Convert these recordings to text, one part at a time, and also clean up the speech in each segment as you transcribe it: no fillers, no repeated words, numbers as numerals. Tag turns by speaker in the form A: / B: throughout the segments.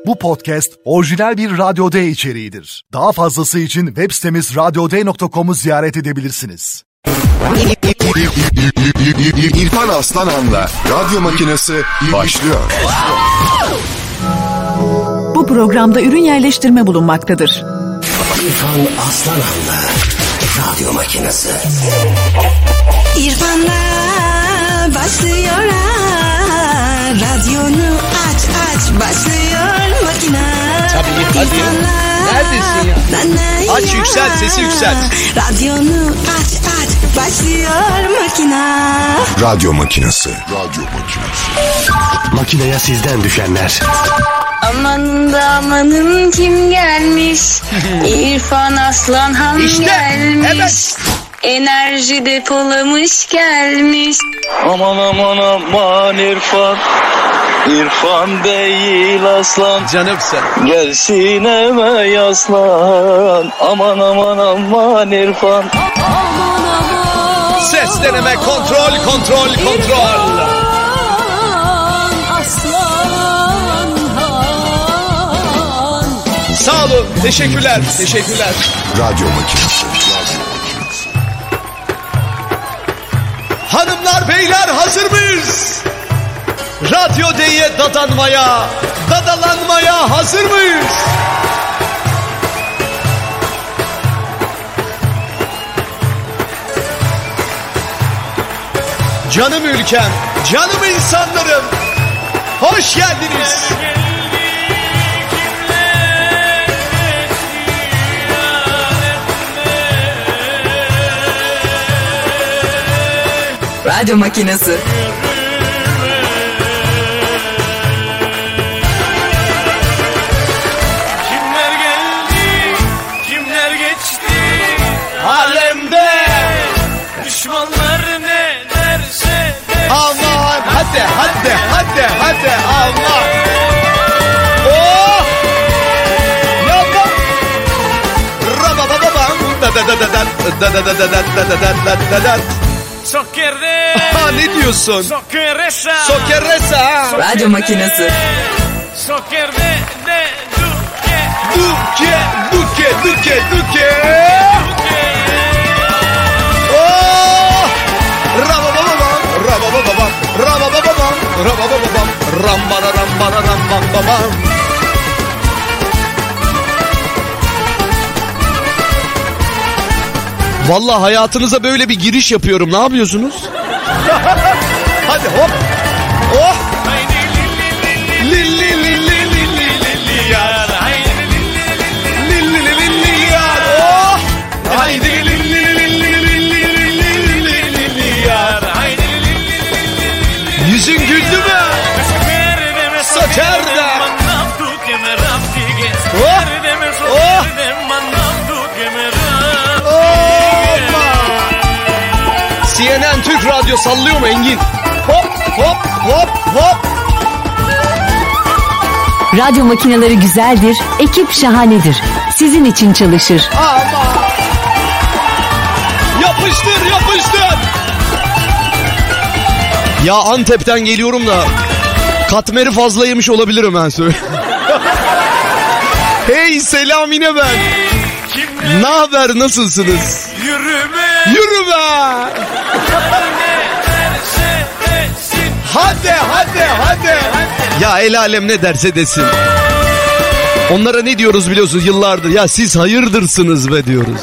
A: Bu podcast orijinal bir Radyo D içeriğidir. Daha fazlası için web sitemiz radyoday.com'u ziyaret edebilirsiniz.
B: İrfan Aslanhan'la Radyo Makinesi başlıyor.
C: Bu programda ürün yerleştirme bulunmaktadır.
D: İrfan Aslanhan'la Radyo Makinesi.
E: İrfan'la başlıyor ha. Radyonu aç başlıyor makine.
F: Tabii hadi. Neredesin ya? Aç, yükselt, sesi yükselt.
E: Radyonu aç başlıyor makine.
B: Radyo Makinesi.
D: Makineye sizden düşenler.
G: Amanın da amanın kim gelmiş? İrfan Aslanhan
F: İşte,
G: gelmiş.
F: evet.
G: Enerji depolamış gelmiş.
H: Aman aman aman İrfan değil aslan.
F: Canım sen.
H: Gelsin eve yaslan. Aman aman aman İrfan.
F: Ses deneme, kontrol. Sağ olun, teşekkürler.
B: Radyo Makinesi.
F: Hanımlar, beyler, hazır mıyız? Radyo D'ye dadalanmaya hazır mıyız? Canım ülkem, canım insanlarım, hoş geldiniz.
C: Radyo Makinesi.
H: Kimler geldi, kimler geçti.
F: Alemde
H: Düşmanlar ne derse de.
F: aman, hadi aman. Oh! Yapma. Rabababam.
H: Sokkerde.
F: Ha, ne diyorsun?
H: Sokkeresa.
F: Sokeresa.
C: Radyo Makinesi.
H: Sokkerde de
F: Duke. Oh! Rabababam. Rambara rambam. Vallahi hayatınıza böyle bir giriş yapıyorum. Ne yapıyorsunuz? Hadi hop. Oh. Yar. Yar. Oh. Haydi yar. Yüzün güldü mü? Sokerde. Oh. Oh. CNN Türk Radyo sallıyor mu Engin? Hop.
I: Radyo makineleri güzeldir, ekip şahanedir. Sizin için çalışır.
F: Ama. Yapıştır. Ya Antep'ten geliyorum da katmeri fazla yemiş olabilirim ben söyleyeyim. Hey, selam yine ben. Ne haber, nasılsınız? Yürü be. Hadi. Ya el alem ne derse desin. Onlara ne diyoruz biliyorsunuz yıllardır? Ya siz hayırdırsınız be diyoruz.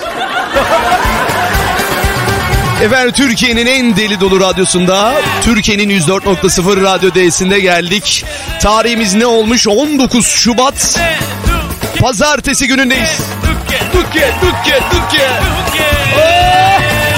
F: Efendim, Türkiye'nin en deli dolu radyosunda, Türkiye'nin 104.0 Radyo D'sinde geldik. Tarihimiz ne olmuş? 19 Şubat Pazartesi günündeyiz. Duke. Oh!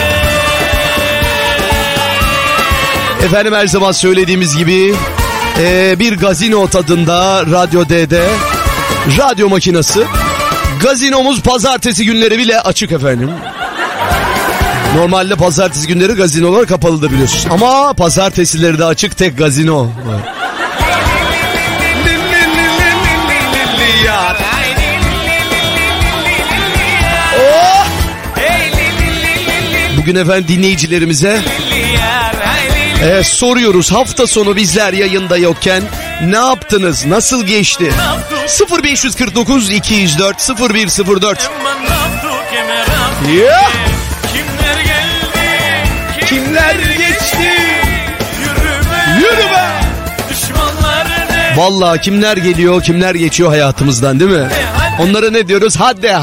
F: Efendim, her zaman söylediğimiz gibi bir gazino tadında Radyo D'de Radyo Makinesi. Gazinomuz pazartesi günleri bile açık efendim. Normalde pazartesi günleri gazinolar kapalıdır biliyorsunuz. Ama pazartesileri de açık, tek gazino var. Oh! Bugün efendim dinleyicilerimize soruyoruz. Hafta sonu bizler yayında yokken ne yaptınız? Nasıl geçti? 0549 204 0104.
H: Yeah. Kimler geldi?
F: Kimler geçti?
H: Yürü be. Düşmanlar ne?
F: Vallahi kimler geliyor, kimler geçiyor hayatımızdan, değil mi? Onlara ne diyoruz? Hadi.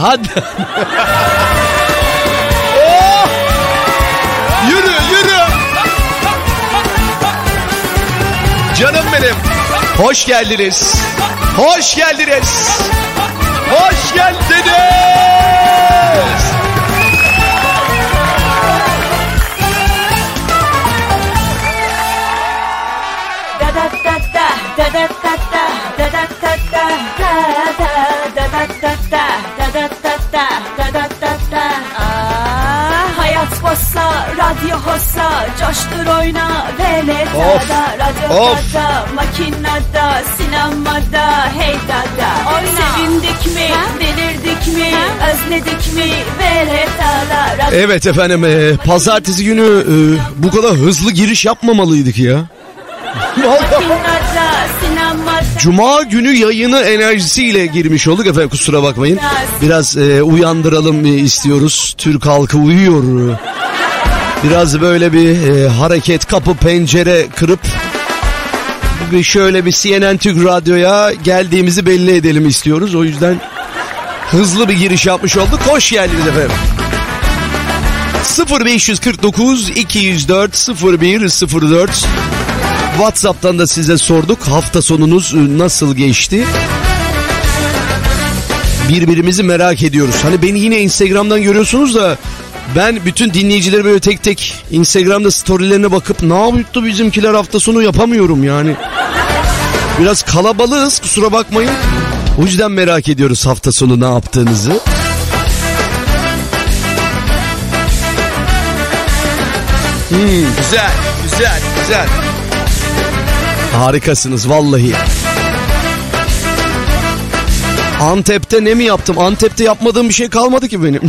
F: Oh! Yürü. Canım benim. Hoş geldiniz. Hoş geldiniz.
J: Hayat bossa, radyo hossa, coştur oyna veletada, radyoda, makinada, sinemada, hey dada. Sevindik mi, delirdik mi, özledik mi veletada.
F: Evet efendim, pazartesi günü bu kadar hızlı giriş yapmamalıydık ya. Cuma günü yayını enerjisiyle girmiş olduk efendim, kusura bakmayın. Biraz uyandıralım istiyoruz. Türk halkı uyuyor. Biraz böyle bir hareket, kapı pencere kırıp şöyle bir CNN Türk Radyo'ya geldiğimizi belli edelim istiyoruz. O yüzden hızlı bir giriş yapmış olduk. Hoş geldiniz efendim. 0549 204 0104. WhatsApp'tan da size sorduk. Hafta sonunuz nasıl geçti? Birbirimizi merak ediyoruz. Hani beni yine Instagram'dan görüyorsunuz da ben bütün dinleyicileri böyle tek tek Instagram'da storylerine bakıp ne yaptı bizimkiler hafta sonu yapamıyorum yani. Biraz kalabalığız, kusura bakmayın. O yüzden merak ediyoruz hafta sonu ne yaptığınızı. Güzel. Harikasınız vallahi. Antep'te ne mi yaptım? Antep'te yapmadığım bir şey kalmadı ki benim.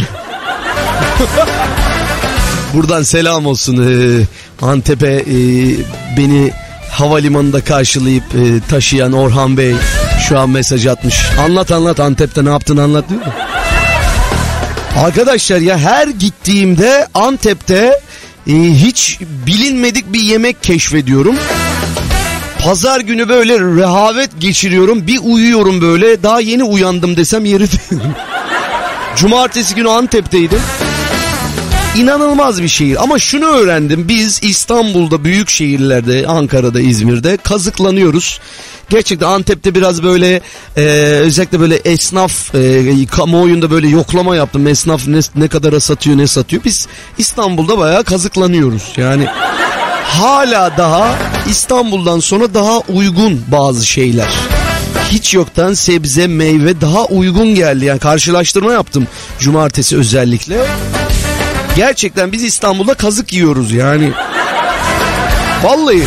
F: Buradan selam olsun Antep'e beni havalimanında karşılayıp taşıyan Orhan Bey şu an mesaj atmış. Anlat Antep'te ne yaptığını anlat diyor mu? Arkadaşlar ya, her gittiğimde Antep'te hiç bilinmedik bir yemek keşfediyorum. Pazar günü böyle rehavet geçiriyorum. Bir uyuyorum böyle. Daha yeni uyandım desem yeridir. Cumartesi günü Antep'teydim. İnanılmaz bir şehir. Ama şunu öğrendim. Biz İstanbul'da, büyük şehirlerde, Ankara'da, İzmir'de kazıklanıyoruz. Gerçekten Antep'te biraz böyle özellikle böyle esnaf kamuoyunda böyle yoklama yaptım. Esnaf ne kadara satıyor, ne satıyor. Biz İstanbul'da bayağı kazıklanıyoruz. Yani hala daha İstanbul'dan sonra daha uygun bazı şeyler. Hiç yoktan sebze, meyve daha uygun geldi. Yani karşılaştırma yaptım cumartesi özellikle. Gerçekten biz İstanbul'da kazık yiyoruz yani. Vallahi.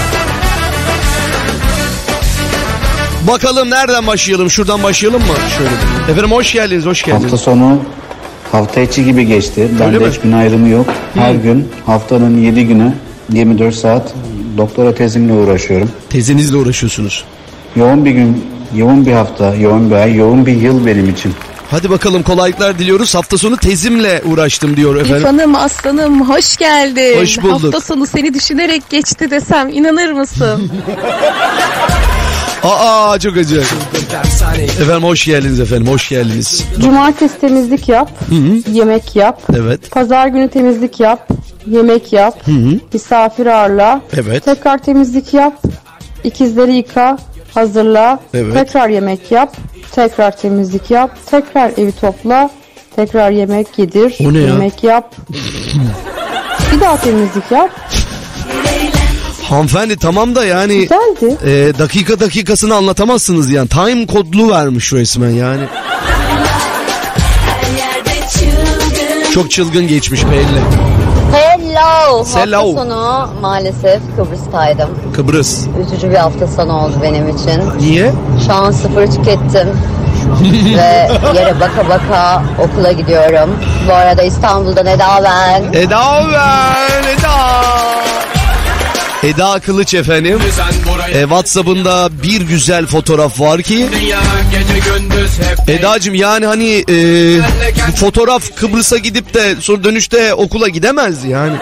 F: Bakalım nereden başlayalım? Şuradan başlayalım mı? Şöyle. Efendim hoş geldiniz.
K: Hafta sonu hafta içi gibi geçti. Bende hiç gün ayrımı yok. Her gün haftanın 7 günü 24 saat doktora tezimle uğraşıyorum.
F: Tezinizle uğraşıyorsunuz.
K: Yoğun bir gün, yoğun bir hafta, yoğun bir ay, yoğun bir yıl benim için.
F: Hadi bakalım, kolaylıklar diliyoruz. Hafta sonu tezimle uğraştım diyor efendim.
L: İrfan'ım, aslanım, hoş geldin.
F: Hoş bulduk.
L: Hafta sonu seni düşünerek geçti desem inanır mısın?
F: Aa, çok acayip. Efendim hoş geldiniz efendim, hoş geldiniz.
M: Cumartesi temizlik yap, yemek yap.
F: Evet.
M: Pazar günü temizlik yap, yemek yap. Misafir ağırla.
F: Evet.
M: Tekrar temizlik yap, ikizleri yıka, hazırla.
F: Evet.
M: Tekrar yemek yap, tekrar temizlik yap, tekrar evi topla, tekrar yemek yedir.
F: O ne ya?
M: Yemek yap. Bir daha temizlik yap.
F: Hanımefendi tamam da yani dakikasını anlatamazsınız yani. Time kodlu vermiş resmen yani. Çok çılgın geçmiş belli.
N: Hello.
F: Hello.
N: Hafta sonu maalesef Kıbrıs'taydım.
F: Kıbrıs.
N: Üzücü bir hafta sonu oldu benim için.
F: Niye?
N: Şu an 0 tükettim. Ve yere baka baka okula gidiyorum. Bu arada İstanbul'dan Eda ben.
F: Eda ben, Eda. Eda Kılıç efendim. WhatsApp'ında bir güzel fotoğraf var ki. Edacığım yani hani bu fotoğraf Kıbrıs'a gidip de sonra dönüşte okula gidemezdi yani.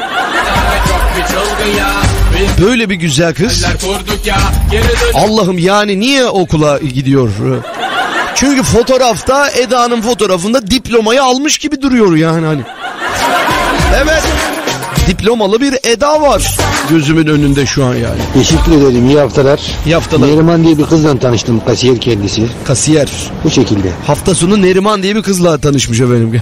F: Böyle bir güzel kız. Allah'ım yani niye okula gidiyor? Çünkü fotoğrafta Eda'nın fotoğrafında diplomayı almış gibi duruyor yani hani. Evet. Diplomalı bir Eda var gözümün önünde şu an yani.
O: Teşekkür ederim. İyi haftalar.
F: İyi haftalar.
O: Neriman diye bir kızla tanıştım. Kasiyer kendisi.
F: Kasiyer.
O: Bu şekilde.
F: Hafta sonu Neriman diye bir kızla tanışmış efendim.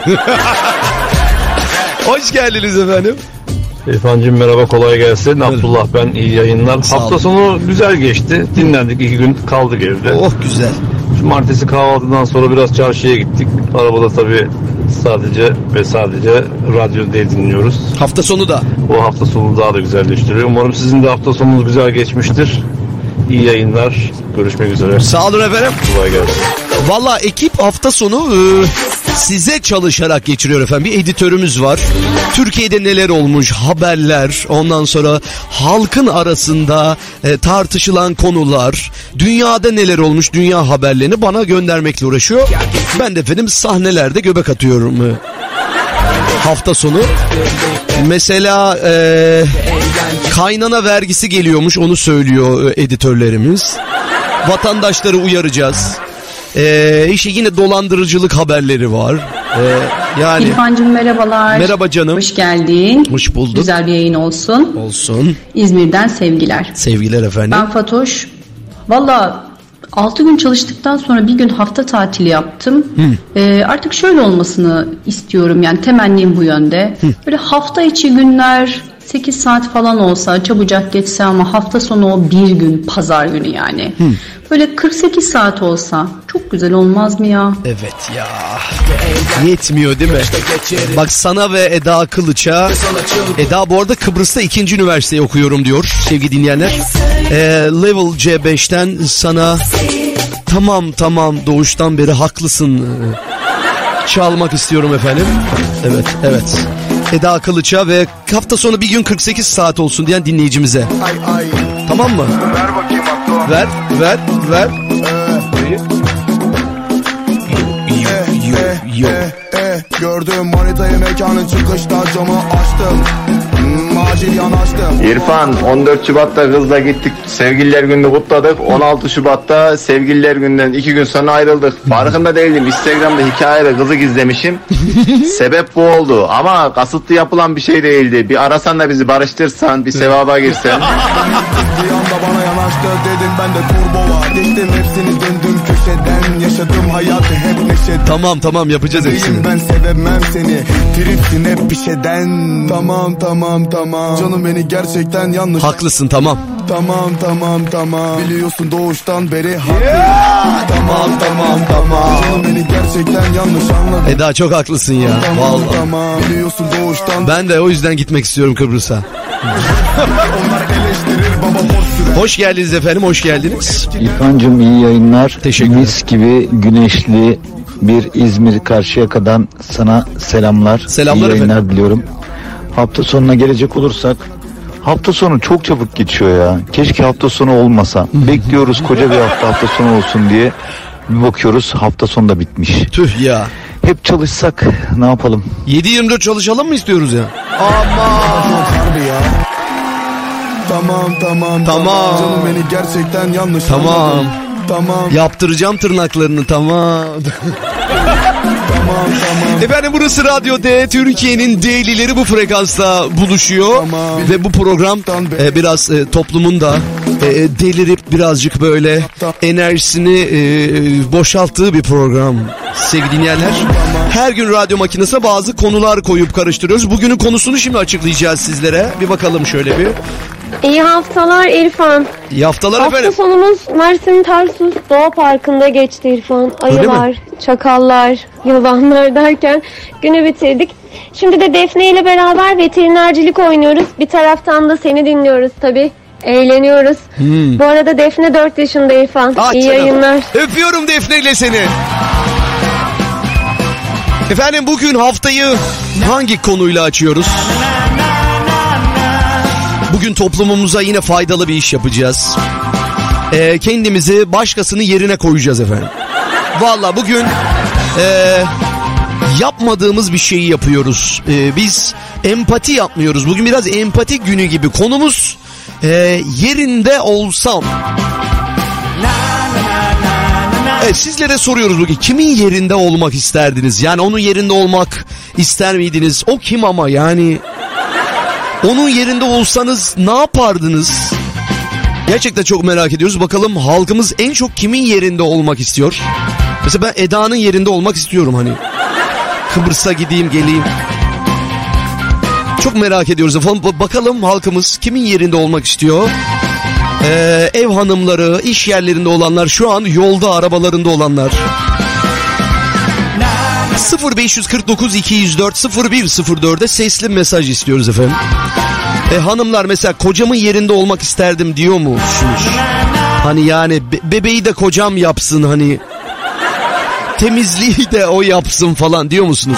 F: Hoş geldiniz efendim.
P: İrfancığım merhaba, kolay gelsin. Abdullah ben, iyi yayınlar. Hafta sonu güzel geçti. Dinlendik, 2 gün kaldık evde.
F: Oh güzel.
P: Cumartesi kahvaltıdan sonra biraz çarşıya gittik. Arabada tabii sadece radyo dinliyoruz.
F: Hafta sonu da.
P: Bu hafta sonu daha da güzelleştiriyor. Umarım sizin de hafta sonunuz güzel geçmiştir. İyi yayınlar. Görüşmek üzere.
F: Sağ olun efendim.
P: Kolay gelsin.
F: Valla ekip hafta sonu size çalışarak geçiriyor efendim. Bir editörümüz var. Türkiye'de neler olmuş, haberler, ondan sonra halkın arasında tartışılan konular, dünyada neler olmuş, dünya haberlerini bana göndermekle uğraşıyor. Ben de efendim sahnelerde göbek atıyorum hafta sonu. Mesela kaynana vergisi geliyormuş, onu söylüyor editörlerimiz. Vatandaşları uyaracağız. İşte yine dolandırıcılık haberleri var. Yani.
Q: İrfancığım merhabalar.
F: Merhaba canım.
Q: Hoş geldin.
F: Hoş bulduk.
Q: Güzel bir yayın olsun.
F: Olsun.
Q: İzmir'den sevgiler.
F: Sevgiler efendim.
Q: Ben Fatoş. Valla 6 gün çalıştıktan sonra bir gün hafta tatili yaptım. Artık şöyle olmasını istiyorum, yani temennim bu yönde. Böyle hafta içi günler 8 saat falan olsa, çabucak geçse ama hafta sonu o bir gün, pazar günü yani. Böyle 48 saat olsa çok güzel olmaz mı ya?
F: Evet ya. Yetmiyor değil mi? Bak sana ve Eda Kılıç'a. Eda bu arada Kıbrıs'ta 2. üniversiteyi okuyorum diyor sevgili dinleyenler. Level C5'ten sana tamam doğuştan beri haklısın çalmak istiyorum efendim. Evet. Eda Kılıç'a ve hafta sonu bir gün 48 saat olsun diyen dinleyicimize. Tamam mı?
R: Ver bakayım Abdullah.
F: Ver.
R: Gördüm manitayı mekanın çıkışta, camı açtım. Acil yanaştım.
S: İrfan, 14 Şubat'ta kızla gittik. Sevgililer gününü kutladık. 16 Şubat'ta sevgililer gününden 2 gün sonra ayrıldık. Farkında değildim. Instagram'da hikayede kızı gizlemişim. Sebep bu oldu. Ama kasıtlı yapılan bir şey değildi. Bir arasan da bizi barıştırsan, bir sevaba girsen.
R: Bir anda bana yanaştı, dedim bende turbo var. Geçtim hepsini, döndüm köşeden. Yaşadım hayatı hep neşeden.
F: Tamam yapacağız hepsini.
R: Ben sevemem seni, tripsin hep bir şeyden. Tamam. Canım beni gerçekten yanlış.
F: Haklısın tamam.
R: Tamam. Biliyorsun doğuştan beri haklıyım. Tamam. Canım beni gerçekten yanlış anladın.
F: Eda çok haklısın ya. Vallahi.
R: Tamam. Biliyorsun doğuştan.
F: Ben de o yüzden gitmek istiyorum Kıbrıs'a.
R: Onlar eleştirir, baba boş sürer.
F: Hoş geldiniz efendim, hoş geldiniz.
K: İrfancığım iyi yayınlar.
F: Teşekkürler.
K: Mis gibi güneşli bir İzmir Karşıyaka'dan sana selamlar.
F: Selamlar
K: iyi yayınlar
F: efendim.
K: diliyorum. Hafta sonuna gelecek olursak, hafta sonu çok çabuk geçiyor ya. Keşke hafta sonu olmasa. Bekliyoruz koca bir hafta sonu olsun diye. Bir bakıyoruz hafta sonu da bitmiş.
F: Tüh ya.
K: Hep çalışsak ne yapalım?
F: 7/24 çalışalım mı istiyoruz ya?
R: Tamam. Canım beni gerçekten yanlış anladın. Tamam.
F: Yaptıracağım tırnaklarını tamam. Efendim burası Radyo D. Türkiye'nin D'lileri bu frekansta buluşuyor. Ve bu program biraz toplumun da delirip birazcık böyle enerjisini boşalttığı bir program sevgili dinleyenler. Her gün radyo makinesine bazı konular koyup karıştırıyoruz. Bugünün konusunu şimdi açıklayacağız sizlere. Bir bakalım şöyle bir.
T: İyi haftalar İrfan.
F: İyi haftalar efendim.
T: Hafta sonumuz Mersin Tarsus Doğa Parkı'nda geçti İrfan. Ayılar, çakallar, yalanlar derken günü bitirdik. Şimdi de Defne ile beraber veterinercilik oynuyoruz. Bir taraftan da seni dinliyoruz tabii. Eğleniyoruz. Bu arada Defne 4 yaşında İrfan. İyi yayınlar.
F: Öpüyorum Defne ile seni. Efendim bugün haftayı hangi konuyla açıyoruz? Bugün toplumumuza yine faydalı bir iş yapacağız. Kendimizi başkasının yerine koyacağız efendim. Vallahi bugün yapmadığımız bir şeyi yapıyoruz. Biz empati yapmıyoruz. Bugün biraz empati günü gibi. Konumuz yerinde olsam. Evet, sizlere soruyoruz bugün. Kimin yerinde olmak isterdiniz? Yani onun yerinde olmak ister miydiniz? O kim ama yani? Onun yerinde olsanız ne yapardınız? Gerçekten çok merak ediyoruz. Bakalım halkımız en çok kimin yerinde olmak istiyor? Mesela ben Eda'nın yerinde olmak istiyorum hani. Kıbrıs'a gideyim geleyim. Çok merak ediyoruz efendim. Bakalım halkımız kimin yerinde olmak istiyor? Ev hanımları, iş yerlerinde olanlar, şu an yolda arabalarında olanlar. 0549 204 0104'e sesli mesaj istiyoruz efendim. Hanımlar mesela kocamın yerinde olmak isterdim diyor musunuz? Hani yani bebeği de kocam yapsın, hani temizliği de o yapsın falan diyor musunuz?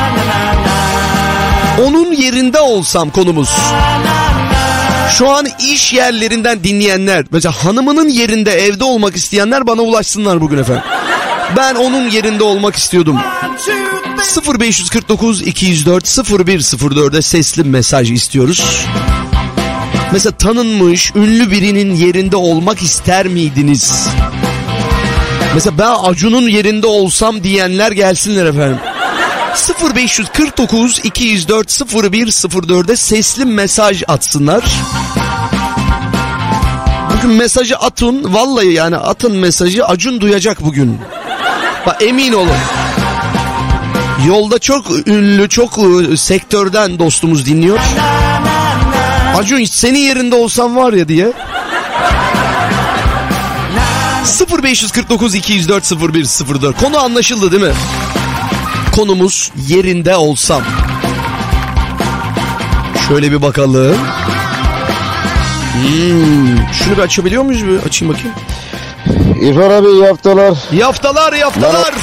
F: Onun yerinde olsam konumuz. Şu an iş yerlerinden dinleyenler, mesela hanımının yerinde evde olmak isteyenler bana ulaşsınlar bugün efendim. Ben onun yerinde olmak istiyordum. 0549 204 0104'e sesli mesaj istiyoruz. Mesela tanınmış, ünlü birinin yerinde olmak ister miydiniz? Mesela ben Acun'un yerinde olsam diyenler gelsinler efendim. 0549 204 0104'e sesli mesaj atsınlar. Bugün mesajı atın, vallahi yani atın mesajı, Acun duyacak bugün. Bak emin olun. Yolda çok ünlü, çok sektörden dostumuz dinliyor. Acun senin yerinde olsam var ya diye. 0549 204 0104. Konu anlaşıldı değil mi? Konumuz yerinde olsam. Şöyle bir bakalım. Şunu bir açabiliyor muyuz? Bir açayım bakayım.
O: İrfan abi iyi haftalar.
F: İyi haftalar, iyi haftalar.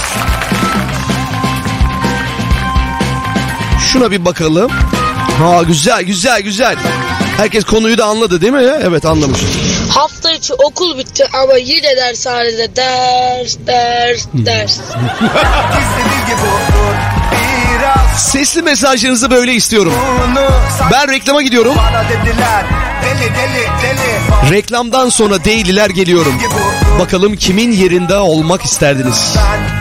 F: Şuna bir bakalım. Ha güzel, güzel, güzel. Herkes konuyu da anladı değil mi? Evet, anlamış.
U: Hafta içi okul bitti ama yine dershanede ders.
F: Sesli mesajlarınızı böyle istiyorum. Ben reklama gidiyorum. Reklamdan sonra Daily'ler geliyorum. Bakalım kimin yerinde olmak isterdiniz?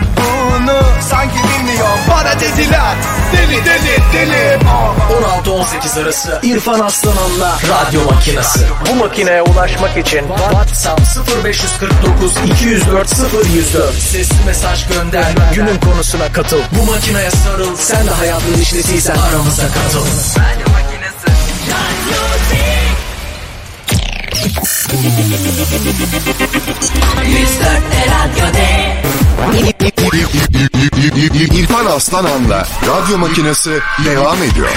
H: Bana dediler deli
D: 16-18 arası İrfan Aslanon'la Radyo Makinesi. Bu makineye ulaşmak için WhatsApp 0549 204 0104 sesli mesaj gönder. Günün konusuna katıl. Bu makineye sarıl. Sen de hayatın işletiysen aramıza katıl. Radyo Makinesi.
B: İrfan Aslanon'la Radyo Makinesi devam ediyor.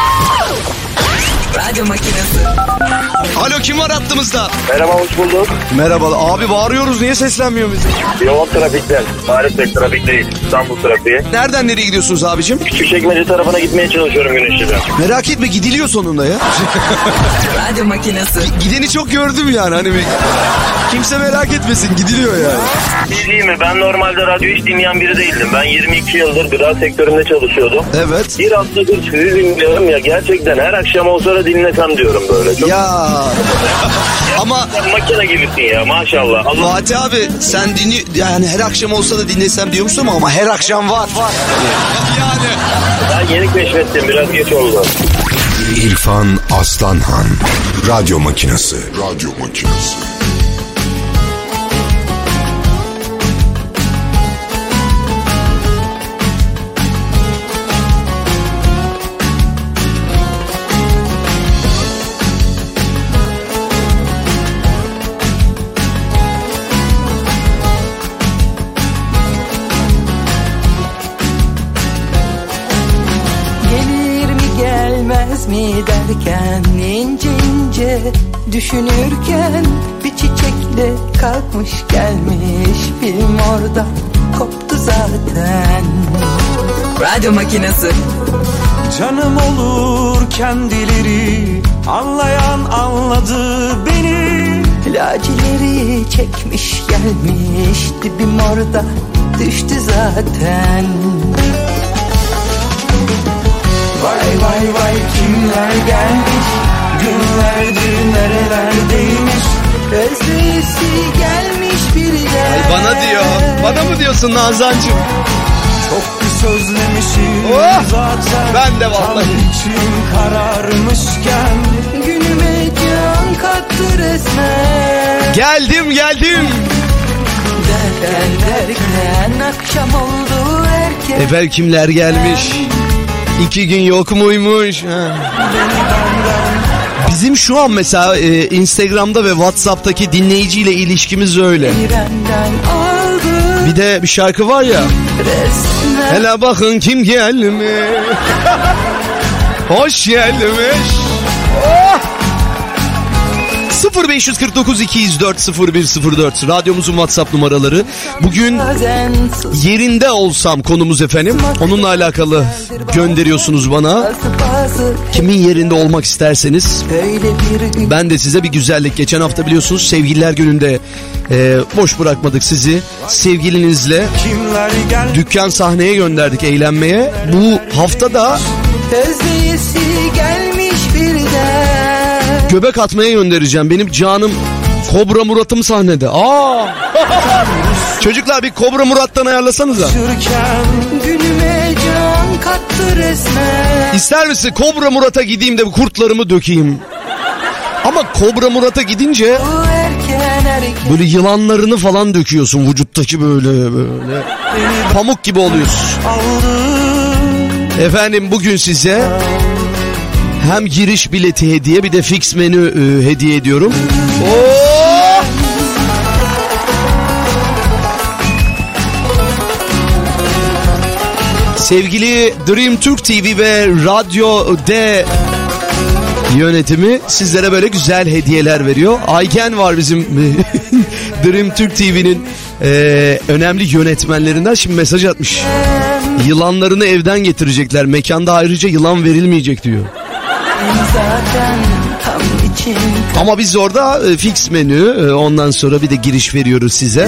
C: Radyo Makinesi.
F: Alo, kim var hattımızda?
V: Merhaba, hoş bulduk.
F: Merhaba abi, bağırıyoruz, niye seslenmiyor bize?
V: Yoğun trafikten. Maalesef trafik değil. İstanbul trafiği.
F: Nereden nereye gidiyorsunuz abicim?
V: Küçükçekmece tarafına gitmeye çalışıyorum gün ışığında.
F: Merak etme, gidiliyor sonunda ya.
C: Radyo Makinesi.
F: Gideni çok gördüm yani, hani kimse merak etmesin, gidiliyor yani.
V: Değil mi? Ben normalde radyo hiç dinleyen biri değildim. Ben 22 yıldır gıda sektöründe çalışıyordum.
F: Evet.
V: Bir haftadır sizi dinliyorum ya, gerçekten her akşam olsa da dinlesem diyorum böyle. Çok...
F: Ya. Ama
V: makine gibisin ya, maşallah.
F: Fatih abi sen yani her akşam olsa da dinlesem diyormuşsun ama her akşam var. Yani.
V: Ben yeni keşfettim, biraz geç oldu.
B: İrfan Aslanhan, Radyo Makinesi. Radyo Makinesi.
W: Mi derken ince ince düşünürken bir çiçekle kalkmış gelmiş, film orada koptu zaten.
C: Radyo Makinesi.
A: canım olur kendileri. Anlayan anladı beni.
W: Lacileri çekmiş gelmiş, dibim orada düştü zaten.
A: Vay vay vay kimler gelmiş, günlerdir nerelerdeymiş.
W: Özleyisi gelmiş birden.
F: Ay bana diyor. Bana mı diyorsun Nazancığım?
A: Çok bir sözlemişim zaten.
F: Ben de vallahi.
A: İçim kararmışken
W: günüme can kattı resmen.
F: Geldim.
W: Derken akşam oldu erken.
F: Efendim kimler gelmiş? 2 gün yok muymuş? Ha. Bizim şu an mesela Instagram'da ve WhatsApp'taki dinleyiciyle ilişkimiz öyle. Bir de bir şarkı var ya. Hele bakın kim gelmiş. Hoş gelmiş. Oh! 0549 204 0104 radyomuzun WhatsApp numaraları. Bugün yerinde olsam konumuz efendim. Onunla alakalı gönderiyorsunuz bana. Kimin yerinde olmak isterseniz. Ben de size bir güzellik. Geçen hafta biliyorsunuz Sevgililer Günü'nde boş bırakmadık sizi. Sevgilinizle dükkan sahneye gönderdik eğlenmeye. Bu hafta da göbek atmaya göndereceğim. Benim canım Kobra Murat'ım sahnede. Çocuklar bir Kobra Murat'tan ayarlasanıza. İster misin Kobra Murat'a gideyim de kurtlarımı dökeyim. Ama Kobra Murat'a gidince böyle yılanlarını falan döküyorsun vücuttaki böyle pamuk gibi oluyorsun. Efendim bugün size hem giriş bileti hediye bir de fix menü hediye ediyorum. Oh! Sevgili Dream Türk TV ve Radyo D yönetimi sizlere böyle güzel hediyeler veriyor. Aygen var bizim Dream Türk TV'nin önemli yönetmenlerinden, şimdi mesaj atmış. Yılanlarını evden getirecekler. Mekanda ayrıca yılan verilmeyecek diyor. Ama biz orada fix menü, ondan sonra bir de giriş veriyoruz size.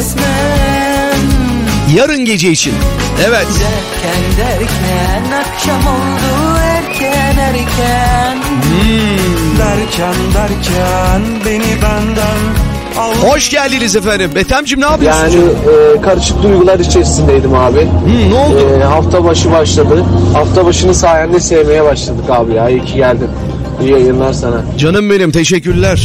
F: Yarın gece için. Evet.
W: Derken akşam oldu erken.
A: Derken beni benden al.
F: Hoş geldiniz efendim. Ethem'cim ne yapıyorsun?
E: Yani karışık duygular içerisindeydim abi.
F: Ne oldu?
E: Hafta başı başladı. Hafta başını sayende sevmeye başladık abi ya. İyi ki geldin. İyi yayınlar sana.
F: Canım benim, teşekkürler.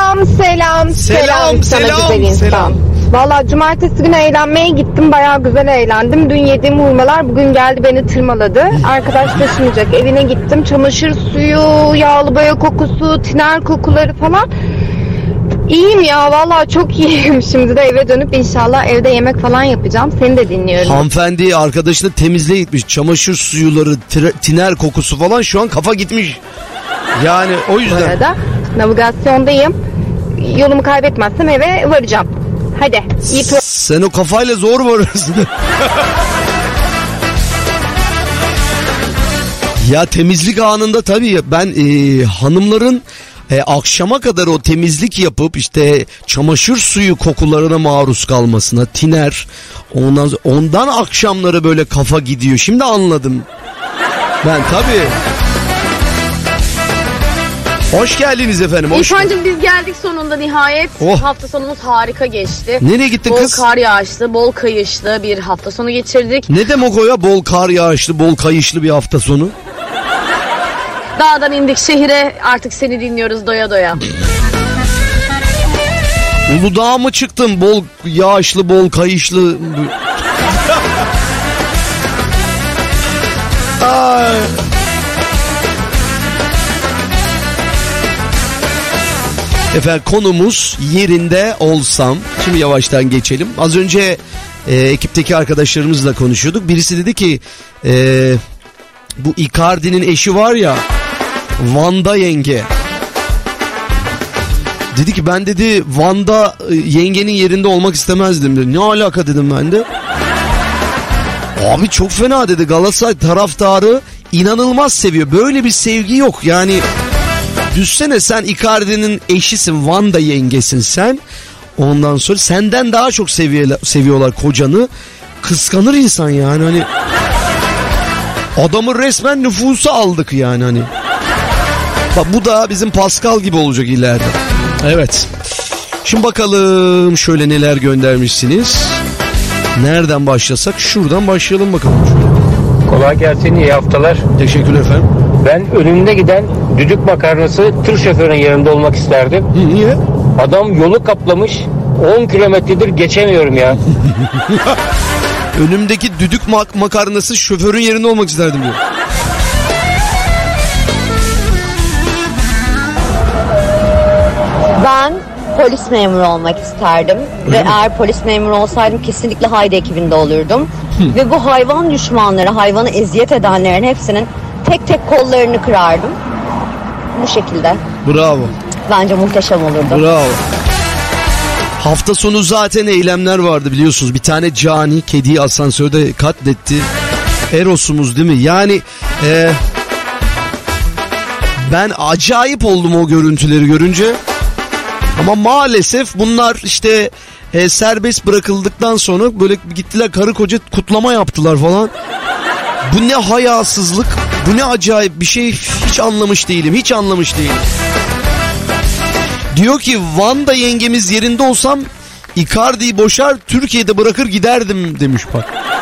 G: Selam. Valla cumartesi günü eğlenmeye gittim. Bayağı güzel eğlendim. Dün yediğim hurmalar bugün geldi beni tırmaladı. Arkadaş taşımayacak. Evine gittim. Çamaşır suyu, yağlı boya kokusu, tiner kokuları falan. İyiyim ya, valla çok iyiyim. Şimdi de eve dönüp inşallah evde yemek falan yapacağım. Seni de dinliyorum.
F: Hanımefendi arkadaşını temizliğe gitmiş. Çamaşır suyuları, tiner kokusu falan, şu an kafa gitmiş. Yani o yüzden. Bu
G: arada navigasyondayım. Yolumu kaybetmezsem eve varacağım. Hadi.
F: Sen o kafayla zor varırsın. Ya temizlik anında tabii ben hanımların akşama kadar o temizlik yapıp işte çamaşır suyu kokularına maruz kalmasına, tiner, ondan akşamları böyle kafa gidiyor. Şimdi anladım. Ben tabii. Hoş geldiniz efendim.
X: İrfancığım biz geldik sonunda nihayet.
F: Oh.
X: Hafta sonumuz harika geçti.
F: Nereye gittin kız?
X: Bol kar yağışlı, bol kayışlı bir hafta sonu geçirdik.
F: Ne demek o ya? Bol kar yağışlı, bol kayışlı bir hafta sonu.
X: Dağdan indik şehire, artık seni dinliyoruz doya doya.
F: Uludağ'a mı çıktın? Bol yağışlı, bol kayışlı. Ay. Efendim konumuz yerinde olsam. Şimdi yavaştan geçelim. Az önce ekipteki arkadaşlarımızla konuşuyorduk. Birisi dedi ki bu Icardi'nin eşi var ya, Vanda yenge. Dedi ki ben dedi Vanda yengenin yerinde olmak istemezdim dedi. Ne alaka dedim ben de. Abi çok fena dedi. Galatasaray taraftarı inanılmaz seviyor. Böyle bir sevgi yok. Yani düşsene sen Icardi'nin eşisin, Vanda yengesin sen. Ondan sonra senden daha çok seviyorlar kocanı. Kıskanır insan yani hani. Adamı resmen nüfusa aldık yani hani. Bak bu da bizim Pascal gibi olacak ileride. Evet. Şimdi bakalım şöyle neler göndermişsiniz. Nereden başlasak? Şuradan başlayalım bakalım.
I: Kolay gelsin, iyi haftalar.
F: Teşekkürler efendim.
I: Ben önümde giden düdük makarnası tır şoförünün yanında olmak isterdim.
F: Niye?
I: Adam yolu kaplamış, 10 kilometredir geçemiyorum ya.
F: Önümdeki düdük makarnası şoförün yerinde olmak isterdim diyor.
N: Ben polis memuru olmak isterdim. Ve eğer polis memuru olsaydım kesinlikle Haydi ekibinde olurdum. Ve bu hayvan düşmanları, hayvanı eziyet edenlerin hepsinin tek tek kollarını kırardım. Bu şekilde.
F: Bravo.
N: Bence muhteşem olurdu.
F: Bravo. Hafta sonu zaten eylemler vardı biliyorsunuz. Bir tane cani kediyi asansörde katletti. Eros'umuz değil mi? Yani ben acayip oldum o görüntüleri görünce. Ama maalesef bunlar işte serbest bırakıldıktan sonra böyle gittiler karı koca kutlama yaptılar falan. Bu ne hayasızlık, bu ne acayip bir şey, hiç anlamış değilim, hiç anlamış değilim. Diyor ki Vanda yengemiz yerinde olsam Icardi'yi boşar Türkiye'de bırakır giderdim demiş bak.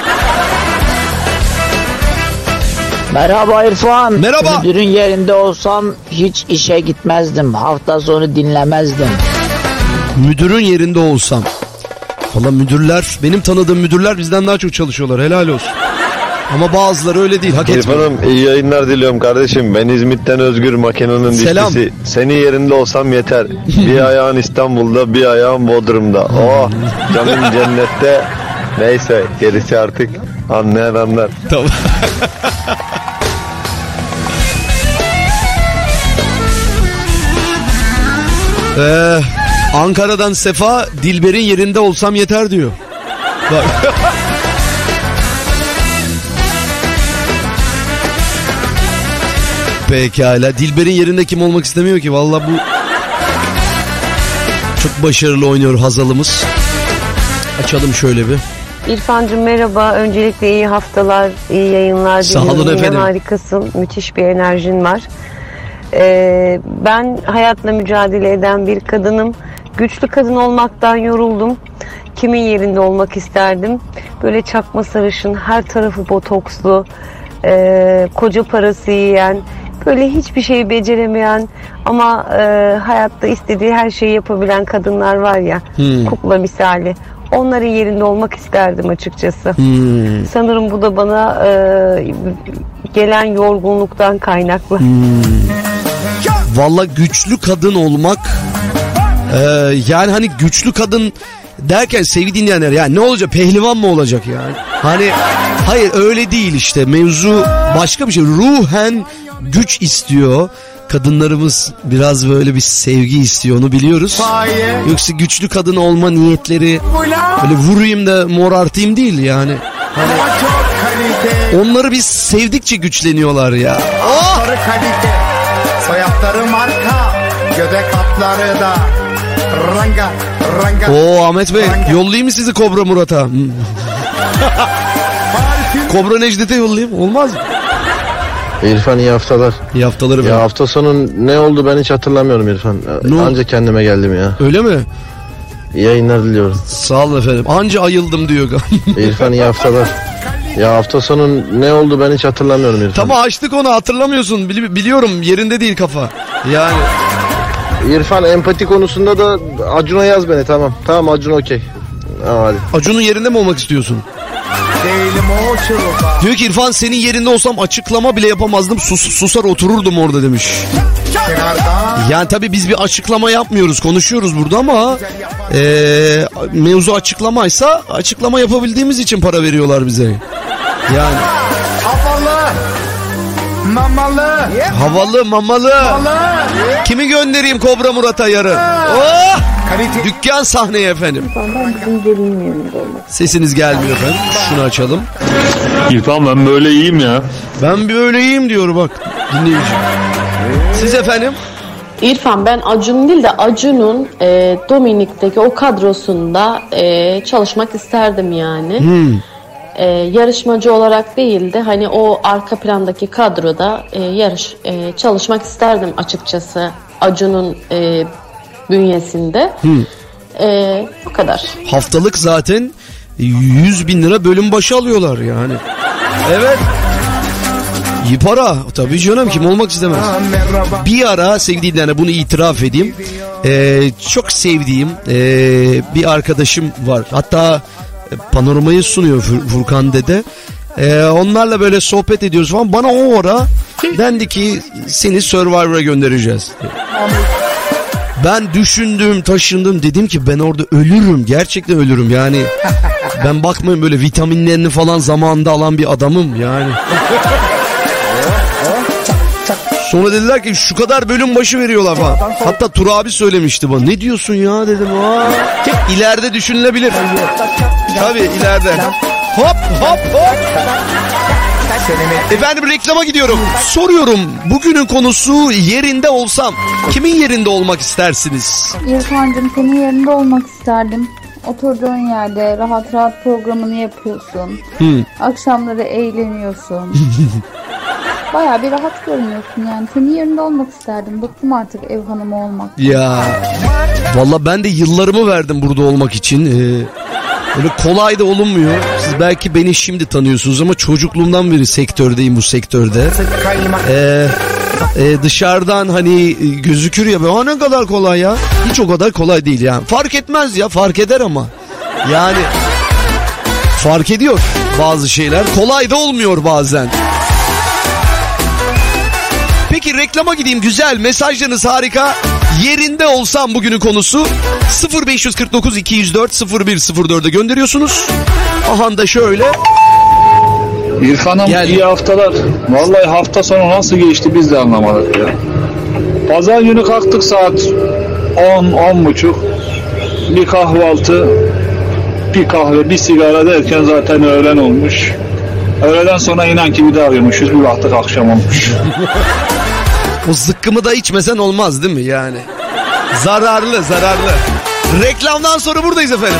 J: Merhaba İrfan.
F: Merhaba.
J: Müdürün yerinde olsam hiç işe gitmezdim. Hafta sonu dinlemezdim.
F: Müdürün yerinde olsam. Valla müdürler, benim tanıdığım müdürler bizden daha çok çalışıyorlar, helal olsun. Ama bazıları öyle değil, hak etmiyor.
L: İrfan'ım iyi yayınlar diliyorum kardeşim. Ben İzmit'ten Özgür, Makina'nın dişlisi. Senin yerinde olsam yeter. Bir ayağın İstanbul'da, bir ayağın Bodrum'da. Oh, canım cennette. Neyse, gerisi artık anlayan anlar.
F: Tamam. Ankara'dan Sefa, Dilber'in yerinde olsam yeter diyor. Bak. Pekala. Dilber'in yerinde kim olmak istemiyor ki? Vallahi bu çok başarılı oynuyor Hazal'ımız. Açalım şöyle bir.
M: İrfancığım merhaba. Öncelikle iyi haftalar, iyi yayınlar.
F: Sağ olun efendim.
M: Harikasın. Müthiş bir enerjin var. Ben hayatla mücadele eden bir kadınım. Güçlü kadın olmaktan yoruldum. Kimin yerinde olmak isterdim? Böyle çakma sarışın, her tarafı botokslu, koca parası yiyen, böyle hiçbir şeyi beceremeyen ama hayatta istediği her şeyi yapabilen kadınlar var ya, kukla misali. Onların yerinde olmak isterdim açıkçası. Sanırım bu da bana gelen yorgunluktan kaynaklı.
F: Vallahi güçlü kadın olmak, yani hani güçlü kadın derken sevgili dinleyenler, yani ne olacak, pehlivan mı olacak yani? Hani hayır öyle değil işte, mevzu başka bir şey. Ruhen güç istiyor. Kadınlarımız biraz böyle bir sevgi istiyor, onu biliyoruz. Yoksa güçlü kadın olma niyetleri böyle vurayım da morartayım değil yani. Hani onları biz sevdikçe güçleniyorlar ya.
Y: Oh! Kalite, soyadları marka, göbek atları da ranga ranga.
F: Oo Ahmet Bey, yollayayım mı sizi Kobra Murat'a? Kobra Necdet'e yollayayım, olmaz mı?
O: İrfan iyi haftalar.
F: İyi haftalar efendim.
O: Ya hafta sonu ne oldu ben hiç hatırlamıyorum İrfan. Anca kendime geldim ya.
F: Öyle mi?
O: İyi yayınlar diliyorum.
F: Sağ olun efendim. Anca ayıldım diyor.
O: İrfan iyi haftalar. Ya hafta sonu ne oldu ben hiç hatırlamıyorum İrfan.
F: Tamam açtık onu, hatırlamıyorsun. Biliyorum, yerinde değil kafa. Yani.
O: İrfan empati konusunda da Acun'a yaz beni, tamam. Tamam Acun okey. Hadi.
F: Acun'un yerinde mi olmak istiyorsun?
Y: Değilim o çırılma.
F: Diyor ki İrfan senin yerinde olsam açıklama bile yapamazdım. Susar otururdum orada demiş. Yani tabii biz bir açıklama yapmıyoruz, konuşuyoruz burada ama mevzu açıklamaysa açıklama yapabildiğimiz için para veriyorlar bize. Yani.
Y: Havalı. Mamalı.
F: Havalı mamalı. Kimi göndereyim Kobra Murat'a yarın? Oh! Dükkan sahneye efendim. Sesiniz gelmiyor efendim. Şunu açalım.
K: İrfan ben böyle iyiyim ya.
F: Ben böyle iyiyim diyor bak dinleyici. Siz efendim?
P: İrfan ben Acun değil de Acun'un Dominik'teki o kadrosunda çalışmak isterdim yani. Yarışmacı olarak değil de hani o arka plandaki kadroda çalışmak isterdim açıkçası Acun'un bünyesinde. O kadar.
F: Haftalık zaten 100.000 lira bölüm başı alıyorlar yani. Evet. İyi para. Tabii canım kim olmak istemez. Bir ara sevgili dinleyenler bunu itiraf edeyim. Çok sevdiğim bir arkadaşım var. Hatta panoramayı sunuyor Furkan Dede. Onlarla böyle sohbet ediyoruz falan. Bana o ara dendi ki seni Survivor'a göndereceğiz. Ben düşündüm, taşındım. Dedim ki ben orada ölürüm. Gerçekten ölürüm yani. Ben bakmayın böyle vitaminlerini falan zamanında alan bir adamım yani. Sonra dediler ki şu kadar bölüm başı veriyorlar falan. Hatta Tur abi söylemişti bana. Ne diyorsun ya dedim. İleride düşünülebilir. Tabii ileride. Hop hop hop. Efendim reklama gidiyorum. Soruyorum bugünün konusu yerinde olsam kimin yerinde olmak istersiniz?
Q: İrfan'cığım senin yerinde olmak isterdim. Oturduğun yerde rahat rahat programını yapıyorsun. Akşamları eğleniyorsun. Bayağı bir rahat görünüyorsun yani. Senin yerinde olmak isterdim. Bıktım artık ev hanımı olmak.
F: Ya valla ben de yıllarımı verdim burada olmak için. Öyle kolay da olunmuyor. Siz belki beni şimdi tanıyorsunuz ama çocukluğumdan beri sektördeyim bu sektörde. Dışarıdan hani gözükür ya ne kadar kolay ya. Hiç o kadar kolay değil yani. Fark etmez ya, fark eder ama. Yani fark ediyor bazı şeyler. Kolay da olmuyor bazen. Peki reklama gideyim, güzel mesajlarınız harika. Yerinde olsam bugünün konusu 0549 204 0104'e gönderiyorsunuz. Aha da şöyle.
K: İrfan'ım iyi haftalar. Vallahi hafta sonu nasıl geçti biz de anlamadık ya. Pazar günü kalktık saat 10-10.30. Bir kahvaltı, bir kahve, bir sigara derken zaten öğlen olmuş. Öğleden sonra inan ki bir daha arıyormuşuz. Bir baktık akşam olmuş.
F: O zıkkımı da içmesen olmaz değil mi yani? Zararlı. Reklamdan sonra buradayız efendim.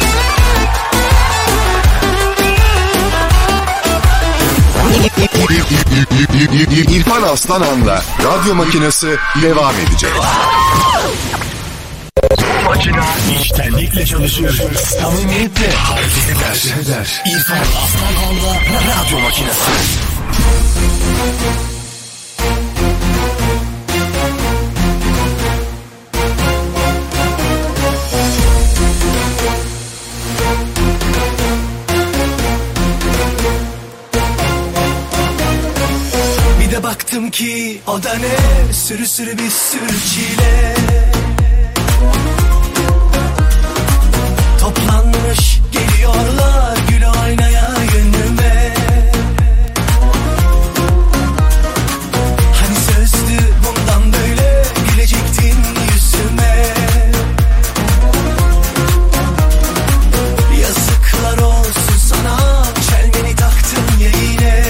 B: İrfan Aslanan'la radyo makinesi devam edecek.
D: Makine içtenlikle çalışıyor. Samimiyetle hareket eder. İrfan Aslanan'la radyo makinesi.
R: Baktım ki o da ne sürü bir sürü çile toplanmış geliyorlar gül oynaya yönüme. Hani sözdü bundan böyle gülecektin yüzüme. Yazıklar olsun sana çelmeni taktın ya yine.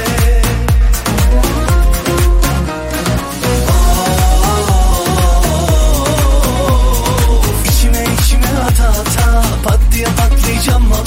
R: Patlayacağım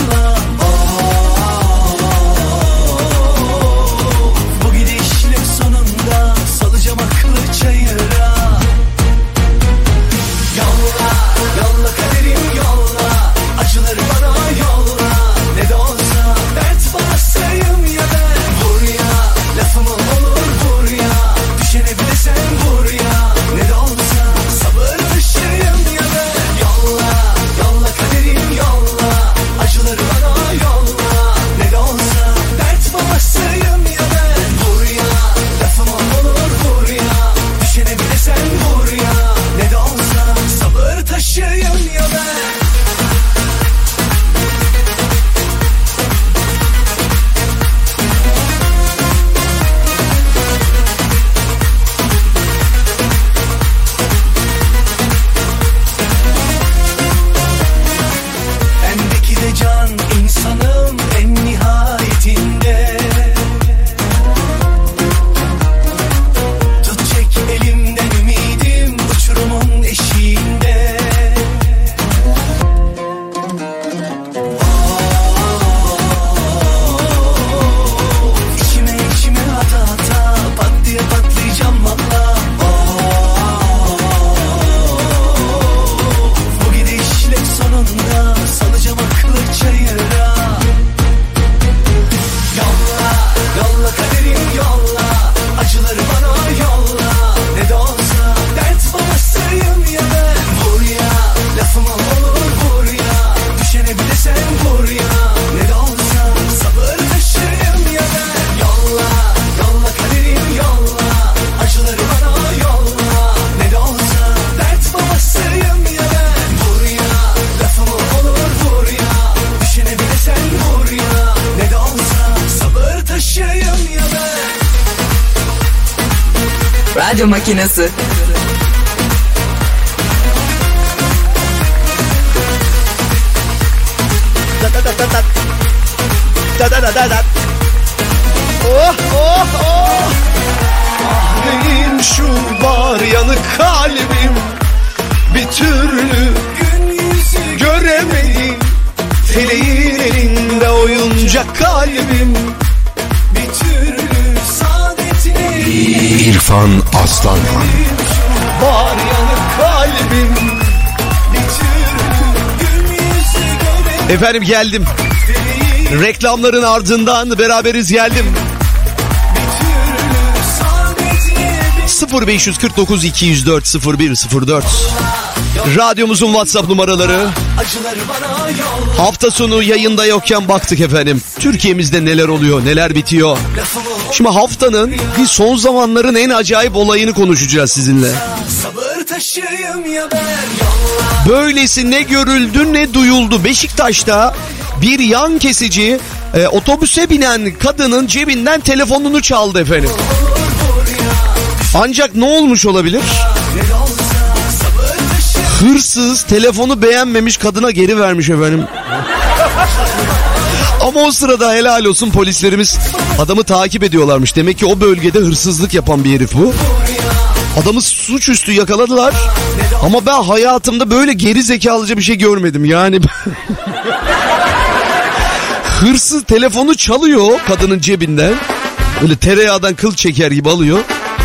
C: Radyo Makinesi.
F: Oh oh oh. Ah benim şu var yanık kalbim bir türlü göremedim. Feleğin elinde oyuncak kalbim
R: bir türlü saadetini.
B: İrfan Aslanman.
F: Var yanık kalbim. Efendim geldim. Reklamların ardından beraberiz geldim. 0549 204 0104 Radyomuzun WhatsApp numaraları. Hafta sonu yayında yokken baktık efendim. Türkiye'mizde neler oluyor, neler bitiyor. Şimdi haftanın bir son zamanların en acayip olayını konuşacağız sizinle. Böylesi ne görüldü ne duyuldu. Beşiktaş'ta bir yan kesici otobüse binen kadının cebinden telefonunu çaldı efendim. Ancak ne olmuş olabilir? Hırsız telefonu beğenmemiş, kadına geri vermiş efendim. Ama o sırada helal olsun polislerimiz adamı takip ediyorlarmış. Demek ki o bölgede hırsızlık yapan bir herif bu. Adamı suçüstü yakaladılar. Ama ben hayatımda böyle geri zekalıca bir şey görmedim yani. Hırsız telefonu çalıyor kadının cebinden. Böyle tereyağdan kıl çeker gibi alıyor.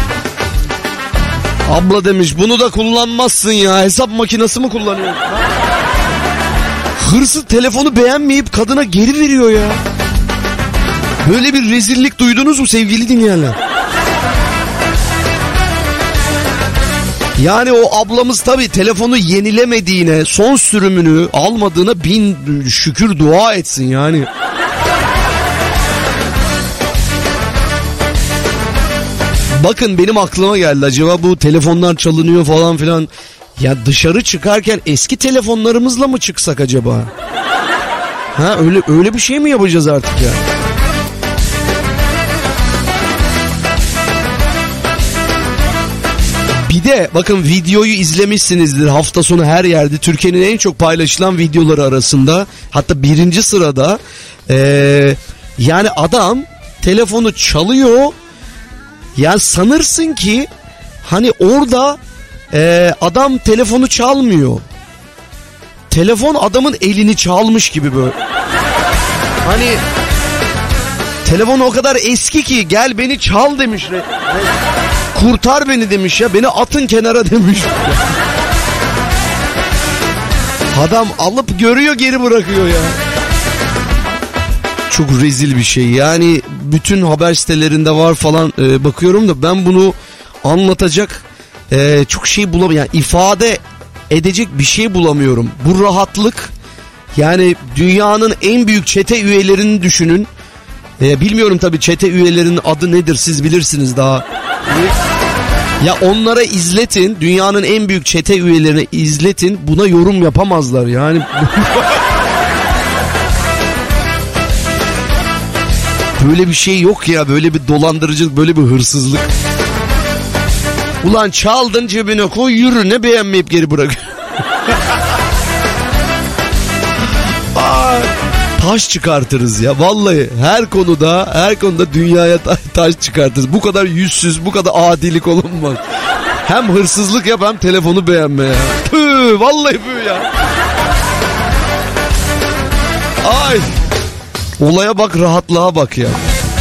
F: Abla demiş bunu da kullanmazsın ya, hesap makinesi mi kullanıyor? Hırsız telefonu beğenmeyip kadına geri veriyor ya. Böyle bir rezillik duydunuz mu sevgili dinleyenler? Yani o ablamız tabii telefonu yenilemediğine, son sürümünü almadığına bin şükür dua etsin yani. Bakın benim aklıma geldi, acaba bu telefonlar çalınıyor falan filan. Ya dışarı çıkarken eski telefonlarımızla mı çıksak acaba? Ha öyle bir şey mi yapacağız artık ya? Bir de bakın videoyu izlemişsinizdir, hafta sonu her yerde Türkiye'nin en çok paylaşılan videoları arasında, hatta birinci sırada. Yani adam telefonu çalıyor. Yani sanırsın ki hani orada adam telefonu çalmıyor. Telefon adamın elini çalmış gibi böyle. Hani telefon o kadar eski ki gel beni çal demiş. Kurtar beni demiş ya, beni atın kenara demiş. Adam alıp görüyor, geri bırakıyor ya. Çok rezil bir şey yani, bütün haber sitelerinde var falan, bakıyorum da ben bunu anlatacak çok şey bulamıyorum. Yani ifade edecek bir şey bulamıyorum. Bu rahatlık, yani dünyanın en büyük çete üyelerini düşünün. Bilmiyorum tabii çete üyelerinin adı nedir, siz bilirsiniz daha. Ya onlara izletin, dünyanın en büyük çete üyelerini izletin, buna yorum yapamazlar yani. Böyle bir şey yok ya, böyle bir dolandırıcılık, böyle bir hırsızlık. Ulan çaldın, cebine koy, yürü, ne beğenmeyip geri bırak. Taş çıkartırız ya vallahi, her konuda dünyaya taş çıkartırız. Bu kadar yüzsüz, bu kadar adilik olunmaz. Hem hırsızlık yap hem telefonu beğenme ya. Püh, vallahi püh ya. Ay. Olaya bak, rahatlığa bak ya.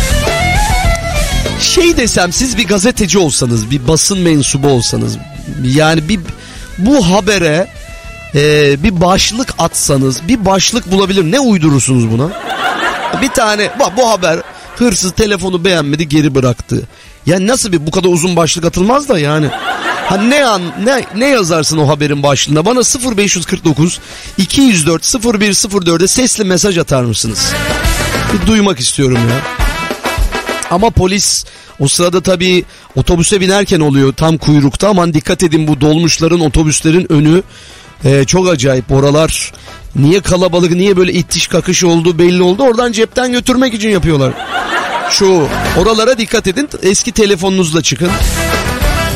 F: Şey desem, siz bir gazeteci olsanız, bir basın mensubu olsanız, yani bu habere bir başlık atsanız, bir başlık bulabilir, ne uydurursunuz buna? Bir tane bu haber, hırsız telefonu beğenmedi geri bıraktı. Ya nasıl bu kadar uzun başlık atılmaz da yani. Ha ne yazarsın o haberin başlığına? Bana 0549 204 0104'e sesli mesaj atar mısınız? Bir duymak istiyorum ya. Ama polis o sırada tabii otobüse binerken oluyor, tam kuyrukta. Aman dikkat edin, bu dolmuşların, otobüslerin önü çok acayip. Oralar niye kalabalık, niye böyle itiş kakış olduğu belli oldu. Oradan cepten götürmek için yapıyorlar. Oralara dikkat edin, eski telefonunuzla çıkın.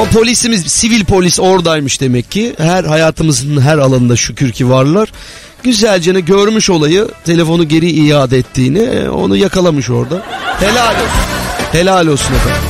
F: Ama polisimiz, sivil polis oradaymış demek ki. Hayatımızın her alanında şükür ki varlar. Güzelce görmüş olayı, telefonu geri iade ettiğini, onu yakalamış orada. Helal olsun. Helal olsun efendim.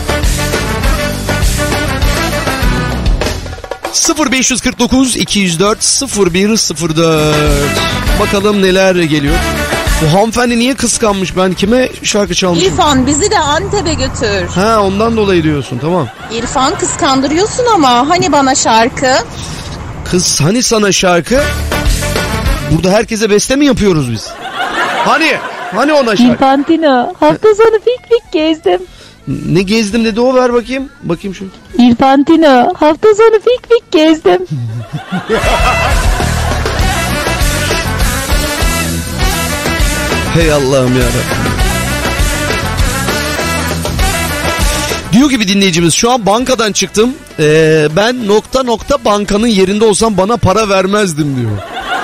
F: 0549 204 0104. Bakalım neler geliyor. Bu hanımefendi niye kıskanmış, ben kime şarkı çalmışım?
H: İrfan bizi de Antep'e götür.
F: Ha, ondan dolayı diyorsun, tamam.
H: İrfan kıskandırıyorsun ama hani bana şarkı?
F: Kız hani sana şarkı? Burada herkese beste mi yapıyoruz biz? Hani ona şarkı?
S: İrfantino, hafta sonu fikrik gezdim.
F: Ne gezdim dedi o, ver bakayım. Bakayım şunu.
S: İrfantino, hafta sonu fikrik gezdim.
F: Hey Allah'ım yarabbim. Diyor ki bir dinleyicimiz, şu an bankadan çıktım. Ben ... bankanın yerinde olsam bana para vermezdim diyor.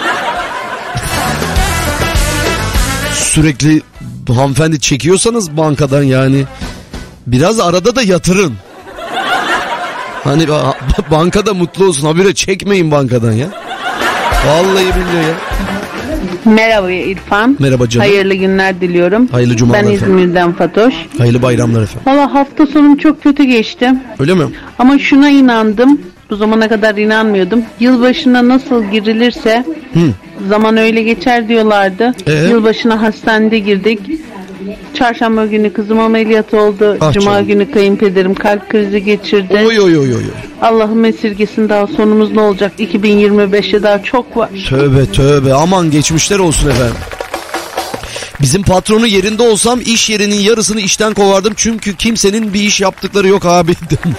F: Sürekli hanımefendi çekiyorsanız bankadan yani biraz arada da yatırın. Hani bankada mutlu olsun, habire çekmeyin bankadan ya. Vallahi billahi ya.
T: Merhaba İrfan.
F: Merhaba canım.
T: Hayırlı günler diliyorum.
F: Hayırlı cumalar
T: Ben
F: efendim.
T: İzmir'den Fatoş.
F: Hayırlı bayramlar efendim.
T: Valla hafta sonum çok kötü geçti.
F: Öyle mi?
T: Ama şuna inandım. Bu zamana kadar inanmıyordum. Yılbaşına nasıl girilirse zaman öyle geçer diyorlardı. Yılbaşına hastanede girdik. Çarşamba günü kızım ameliyat oldu. Cuma canım. Günü kayınpederim kalp krizi geçirdi.
F: Oy.
T: Allah'ım esirgesin, daha sonumuz ne olacak? 2025'e daha çok var.
F: Tövbe aman geçmişler olsun efendim. Bizim patronu yerinde olsam iş yerinin yarısını işten kovardım. Çünkü kimsenin bir iş yaptıkları yok abi.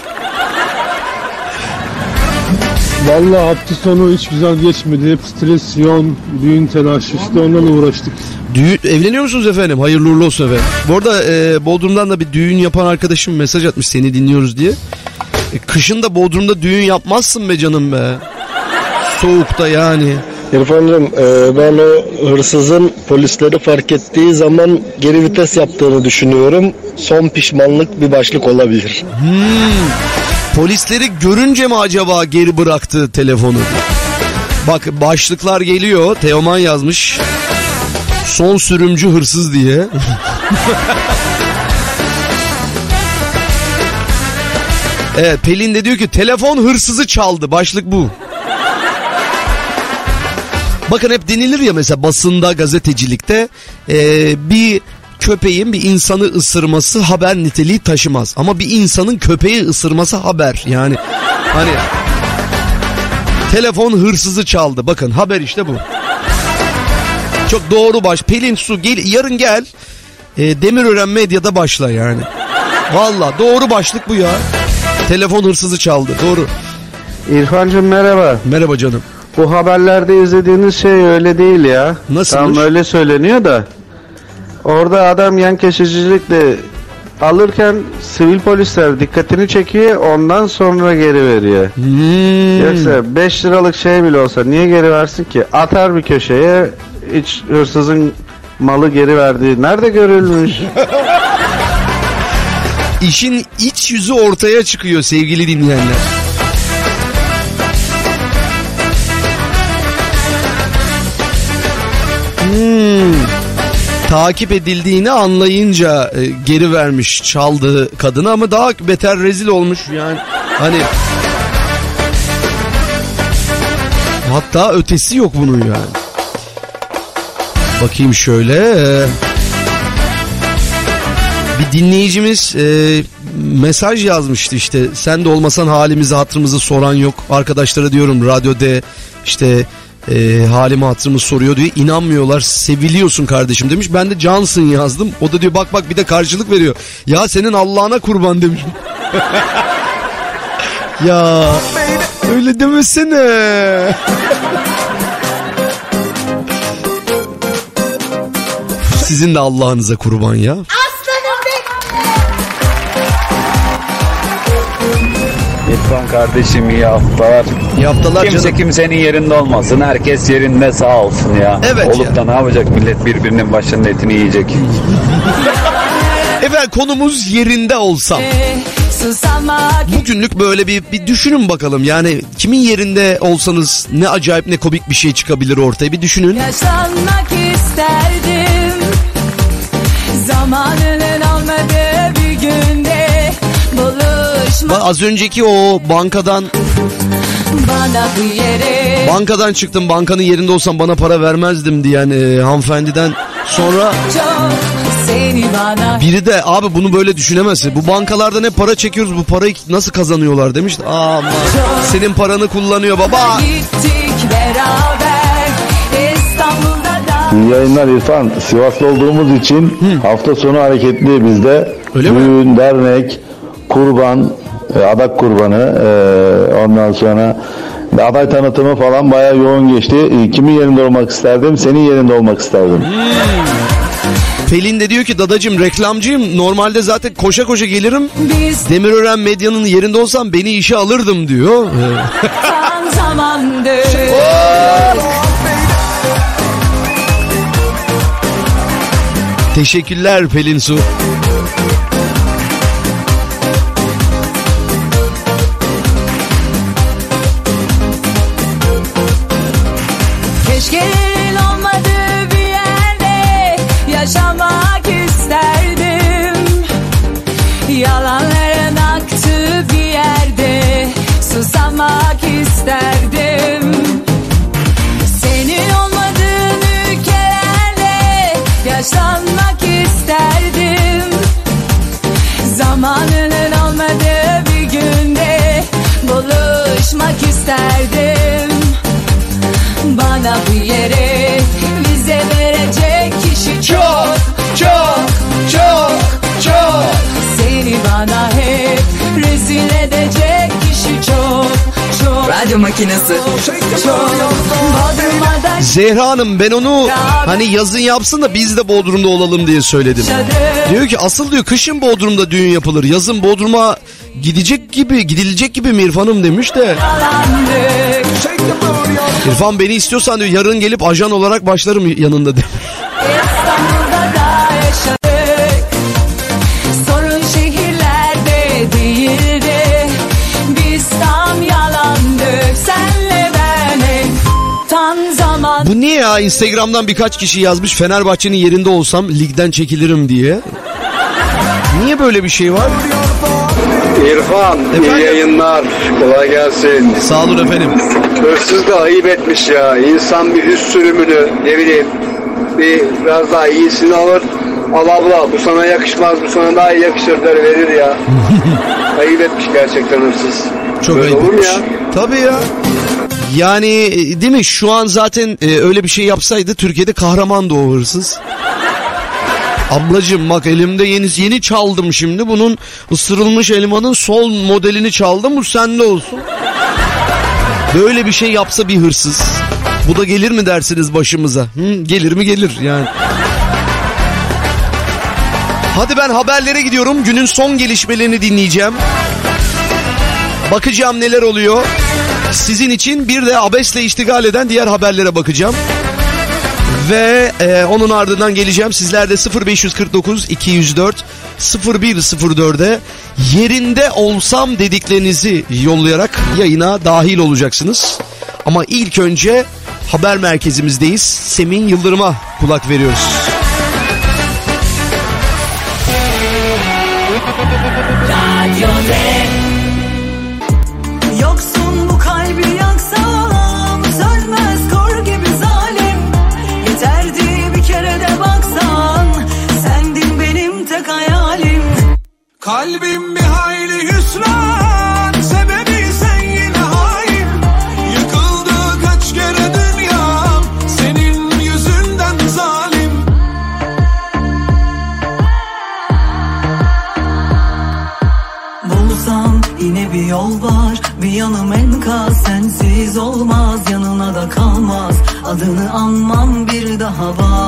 E: Vallahi hafta sonu hiç güzel geçmedi. Hep stres, yoğun, düğün telaşı, işte onlarla uğraştık.
F: Evleniyor musunuz efendim? Hayırlı uğurlu olsun efendim. Bu arada Bodrum'dan da bir düğün yapan arkadaşım mesaj atmış, seni dinliyoruz diye. Kışın da Bodrum'da düğün yapmazsın be canım be. Soğukta yani.
U: İrfan'cığım ben o hırsızın polisleri fark ettiği zaman geri vites yaptığını düşünüyorum. Son pişmanlık bir başlık olabilir.
F: Polisleri görünce mi acaba geri bıraktı telefonu? Bak başlıklar geliyor. Teoman yazmış. Son sürümcü hırsız diye. Evet, Pelin de diyor ki telefon hırsızı çaldı. Başlık bu. Bakın hep denilir ya mesela basında, gazetecilikte bir köpeğin bir insanı ısırması haber niteliği taşımaz. Ama bir insanın köpeği ısırması haber. Yani hani telefon hırsızı çaldı. Bakın haber işte bu. Çok doğru Pelin Su yarın gel. Demirören Medya'da başla yani. Valla doğru başlık bu ya. Telefon hırsızı çaldı. Doğru.
O: İrfancığım merhaba.
F: Merhaba canım.
O: Bu haberlerde izlediğiniz şey öyle değil ya.
F: Nasılmış?
O: Tam öyle söyleniyor da. Orada adam yan kesicilikle alırken sivil polisler dikkatini çekiyor, ondan sonra geri veriyor. Yoksa 5 liralık şey bile olsa niye geri versin ki? Atar bir köşeye, hiç hırsızın malı geri verdiği nerede görülmüş?
F: İşin iç yüzü ortaya çıkıyor sevgili dinleyenler. Takip edildiğini anlayınca geri vermiş çaldığı kadını, ama daha beter rezil olmuş yani. Hani hatta ötesi yok bunun yani. Bakayım şöyle. Bir dinleyicimiz mesaj yazmıştı işte. Sen de olmasan halimizi hatırımızı soran yok. Arkadaşlara diyorum radyoda işte halimi hatırımı soruyor diyor. İnanmıyorlar. Seviliyorsun kardeşim demiş. Ben de cansın yazdım. O da diyor bak bir de karşılık veriyor. Ya senin Allah'ına kurban demiş. Ya öyle demesene. Sizin de Allah'ınıza kurban ya.
K: İrfan kardeşim iyi haftalar.
F: İyi haftalar
K: Kimse
F: canım.
K: kimsenin yerinde olmasın. Herkes yerinde sağ olsun ya.
F: Evet
K: Olup
F: ya.
K: da ne yapacak, millet birbirinin başının etini yiyecek.
F: Efendim konumuz yerinde olsam. Bugünlük böyle bir düşünün bakalım. Yani kimin yerinde olsanız ne acayip ne komik bir şey çıkabilir ortaya, bir düşünün.
A: Yaşanmak isterdim. Zamanının olmadığı bir günde buluşmak.
F: Az önceki o bankadan
A: bana
F: çıktım, bankanın yerinde olsam bana para vermezdim diyen hanımefendiden sonra biri de abi bunu böyle düşünemezsin. Bu bankalarda ne para çekiyoruz, bu parayı nasıl kazanıyorlar demişti. Ama senin paranı kullanıyor baba.
A: gittik beraber İstanbul'da da.
K: İyi yayınlar İrfan. Sivaslı olduğumuz için hafta sonu hareketli bizde.
F: Öyle
K: düğün,
F: mi?
K: dernek, kurban, adak kurbanı, ondan sonra aday tanıtımı falan bayağı yoğun geçti. Kimin yerinde olmak isterdim? Senin yerinde olmak isterdim.
F: Pelin de diyor ki dadacığım reklamcıyım. Normalde zaten koşa koşa gelirim. Demirören Medya'nın yerinde olsam beni işe alırdım diyor.
A: Tam zamandır.
F: Teşekkürler Pelin Su.
A: Keşke olmadığı bir yerde yaşamak isterdim. Yalanların aktığı bir yerde susamak isterdim. Senin olmadığın ülkelerde yaşlanmak isterdim. Zamanının olmadığı bir günde buluşmak isterdim. Bana bu yere vize verecek kişi çok çok çok çok. Seni bana hep rezil edecek kişi çok çok.
C: Radyo makinesi.
A: Çok. Bodrum'da
F: Zehra Hanım ben onu hani yazın yapsın da biz de Bodrum'da olalım diye söyledim. Diyor ki asıl diyor kışın Bodrum'da düğün yapılır. Yazın Bodrum'a gidilecek gibi mi İrfan'ım demiş de. İrfan beni istiyorsan diyor yarın gelip ajan olarak başlarım yanında demiş.
A: İstanbul'da da yaşadık. Sorun şehirlerde değildi. Biz tam yalandık senle ben hep. Tam zaman.
F: Bu niye ya? Instagram'dan birkaç kişi yazmış Fenerbahçe'nin yerinde olsam ligden çekilirim diye. Niye böyle bir şey var?
L: İrfan iyi yayınlar, kolay gelsin.
F: Sağ olun efendim.
L: Hırsız da ayıp etmiş ya. İnsan bir üst sürümünü ne bileyim biraz daha iyisini alır. Al abla bu sana yakışmaz, bu sana daha iyi yakışır der verir ya. Ayıp etmiş gerçekten hırsız.
F: Çok
L: böyle
F: ayıp
L: olur mu
F: etmiş.
L: ya?
F: Tabii ya. Yani değil mi şu an zaten öyle bir şey yapsaydı Türkiye'de kahraman da o hırsız. Ablacığım bak elimde yeni çaldım şimdi. Bunun ısırılmış elmanın sol modelini çaldım. Bu sende olsun. Böyle bir şey yapsa bir hırsız. Bu da gelir mi dersiniz başımıza? Gelir mi gelir yani. Hadi ben haberlere gidiyorum. Günün son gelişmelerini dinleyeceğim. Bakacağım neler oluyor. Sizin için bir de abesle iştigal eden diğer haberlere bakacağım. Ve onun ardından geleceğim. Sizler de 0549 204 0104'e yerinde olsam dediklerinizi yollayarak yayına dahil olacaksınız. Ama ilk önce haber merkezimizdeyiz. Semin Yıldırım'a kulak veriyoruz.
A: Yoksun bu kalbi yaksam sönmez kor gibi zalim. Yeterdi bir kere de baksan sendin benim tek hayalim. Kalbim bir hayli hüsran, sebebi sen yine hain. Yıkıldı kaç kere dünyam senin yüzünden zalim. Bulsam yine bir yol var, bir yanım enkaz, sensiz olmaz, yanına da kalmaz. Adını anmam bir daha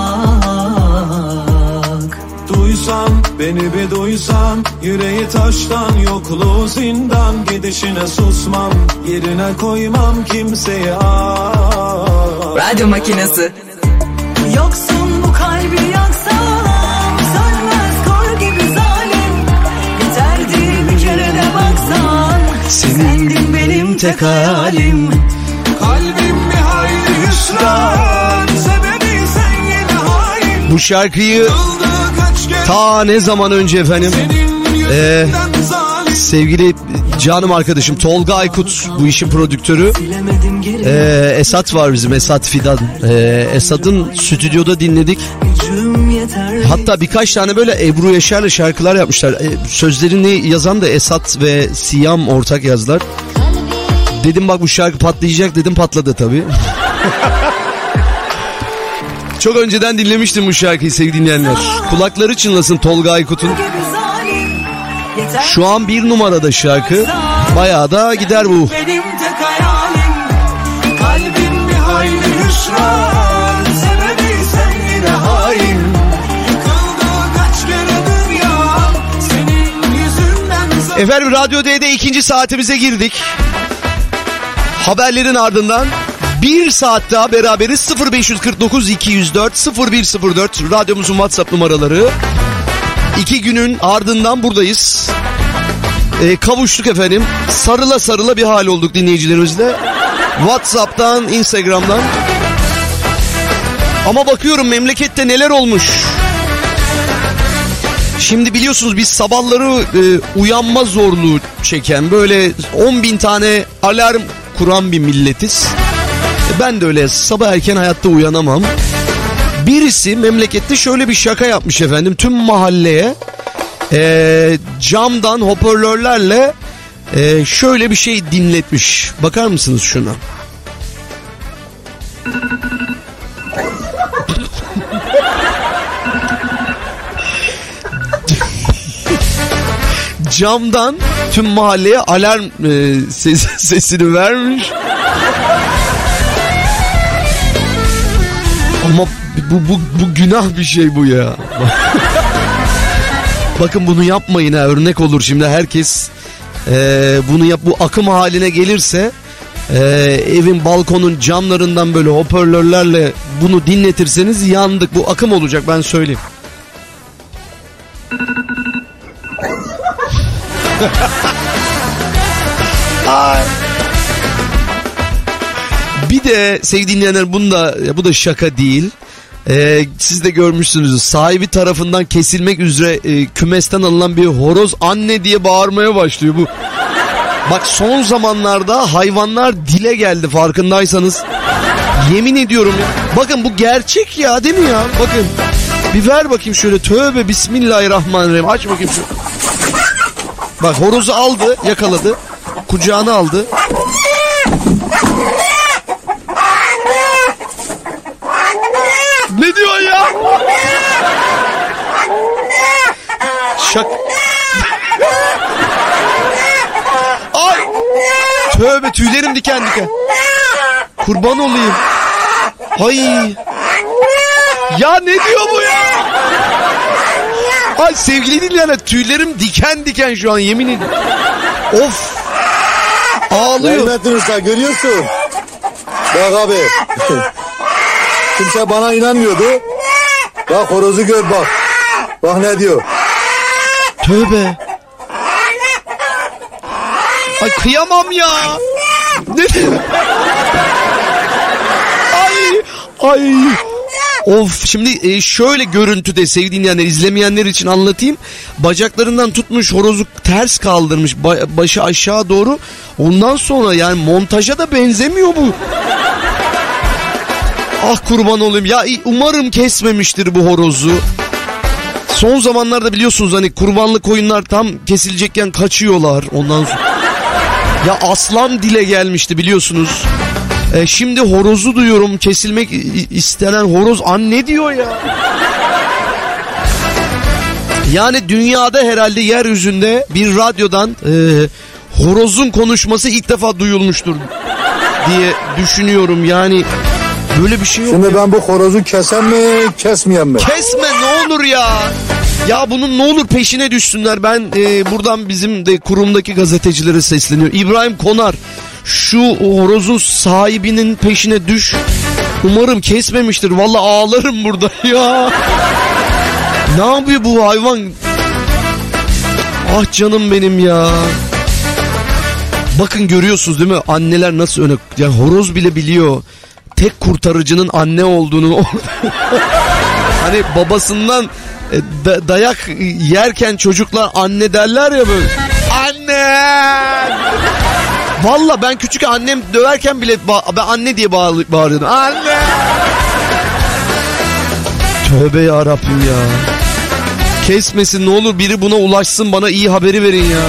A: bak. Duysan beni bir duysan, yüreği taştan yokluğu zindan. Gidişine susmam, yerine koymam kimseyi
C: Radyo makinesi.
A: Yoksun bu kalbi yaksam sönmez kor gibi zalim. Yeterdi bir kere de
F: tek hayalim.
R: Kalbim bir hayli hüsran, sebebi sen yine hain.
F: Bu şarkıyı ta ne zaman önce efendim sevgili canım arkadaşım Tolga Aykut bu işin prodüktörü, Esat var bizim, Esat Fidan, Esat'ın stüdyoda dinledik. Hatta birkaç tane böyle Ebru Yaşar'la şarkılar yapmışlar. Sözlerini yazan da Esat ve Siyam ortak yazdılar. Dedim bak bu şarkı patlayacak dedim, patladı tabii. Çok önceden dinlemiştim bu şarkıyı sevgili dinleyenler. Kulakları çınlasın Tolga Aykut'un. Şu an 1 numarada şarkı. Bayağı da gider bu.
R: Benim tek hayalim, kalbim bir hayli hüsran, sebebi sen yine hain. Yıkıldı kaç kere dünya, senin yüzünden.
F: Efendim Radyo D'de 2. saatimize girdik. Haberlerin ardından 1 saat daha beraberiz. 0549 204 0104 radyomuzun WhatsApp numaraları. 2 günün ardından buradayız. Kavuştuk efendim. Sarıla sarıla bir hal olduk dinleyicilerimizle. WhatsApp'tan, Instagram'dan. Ama bakıyorum memlekette neler olmuş. Şimdi biliyorsunuz biz sabahları uyanma zorluğu çeken, böyle 10.000 tane alarm kuran bir milletiz. Ben de öyle sabah erken hayatta uyanamam. Birisi memlekette şöyle bir şaka yapmış efendim. Tüm mahalleye camdan hoparlörlerle şöyle bir şey dinletmiş. Bakar mısınız şuna? Camdan tüm mahalleye alarm sesini vermiş. Ama bu günah bir şey bu ya. Bakın bunu yapmayın ha, örnek olur şimdi herkes bunu yap, bu akım haline gelirse evin balkonun camlarından böyle hoparlörlerle bunu dinletirseniz yandık, bu akım olacak, ben söyleyeyim. Ay. Bir de sevgili dinleyenler bu da şaka değil. Siz de görmüşsünüz, sahibi tarafından kesilmek üzere kümesten alınan bir horoz anne diye bağırmaya başlıyor bu. Bak son zamanlarda hayvanlar dile geldi farkındaysanız. Yemin ediyorum ya. Bakın bu gerçek ya, değil mi ya? Bakın bir ver bakayım şöyle, tövbe bismillahirrahmanirrahim, aç bakayım şu. Bak horozu aldı, yakaladı, kucağına aldı. Ne diyor ya? Şak. Ay. Tövbe, tüylerim diken diken. Kurban olayım. Ay. Ya ne diyor bu ya? Ay sevgili dinleyenler, tüylerim diken diken şu an, yemin ederim. Of. Ağlıyor.
U: Mehmet Usta görüyorsun. Bak abi. Kimse bana inanmıyordu. Bak horozu gör bak. Bak ne diyor.
F: Tövbe. Ay kıyamam ya. Ne? Ay. Of, şimdi şöyle görüntüde sevgili dinleyenler, izlemeyenler için anlatayım. Bacaklarından tutmuş horozu ters kaldırmış, başı aşağı doğru. Ondan sonra yani montaja da benzemiyor bu. Ah kurban olayım ya, umarım kesmemiştir bu horozu. Son zamanlarda biliyorsunuz hani kurbanlık koyunlar tam kesilecekken kaçıyorlar ondan sonra. Ya aslan dile gelmişti biliyorsunuz. Şimdi horozu duyuyorum, kesilmek istenen horoz anne diyor ya. Yani dünyada herhalde yeryüzünde bir radyodan horozun konuşması ilk defa duyulmuştur diye düşünüyorum yani. Böyle bir şey yok.
U: Şimdi ben bu horozu kesem mi kesmeyen mi?
F: Kesme ne olur ya. Ya bunun ne olur peşine düşsünler. Ben buradan bizim de kurumdaki gazetecilere sesleniyorum. İbrahim Konar, şu horozun sahibinin peşine düş. Umarım kesmemiştir. Vallahi ağlarım burada ya. Ne yapıyor bu hayvan? Ah canım benim ya. Bakın görüyorsunuz değil mi? Anneler nasıl öne... Yani horoz bile biliyor. Tek kurtarıcının anne olduğunu. Hani babasından dayak yerken çocuklar anne derler ya böyle. Anne! Valla ben küçük annem döverken bile ben anne diye bağırıyordum. Anne! Tövbe yarabbim ya. Kesmesin ne olur, biri buna ulaşsın, bana iyi haberi verin ya.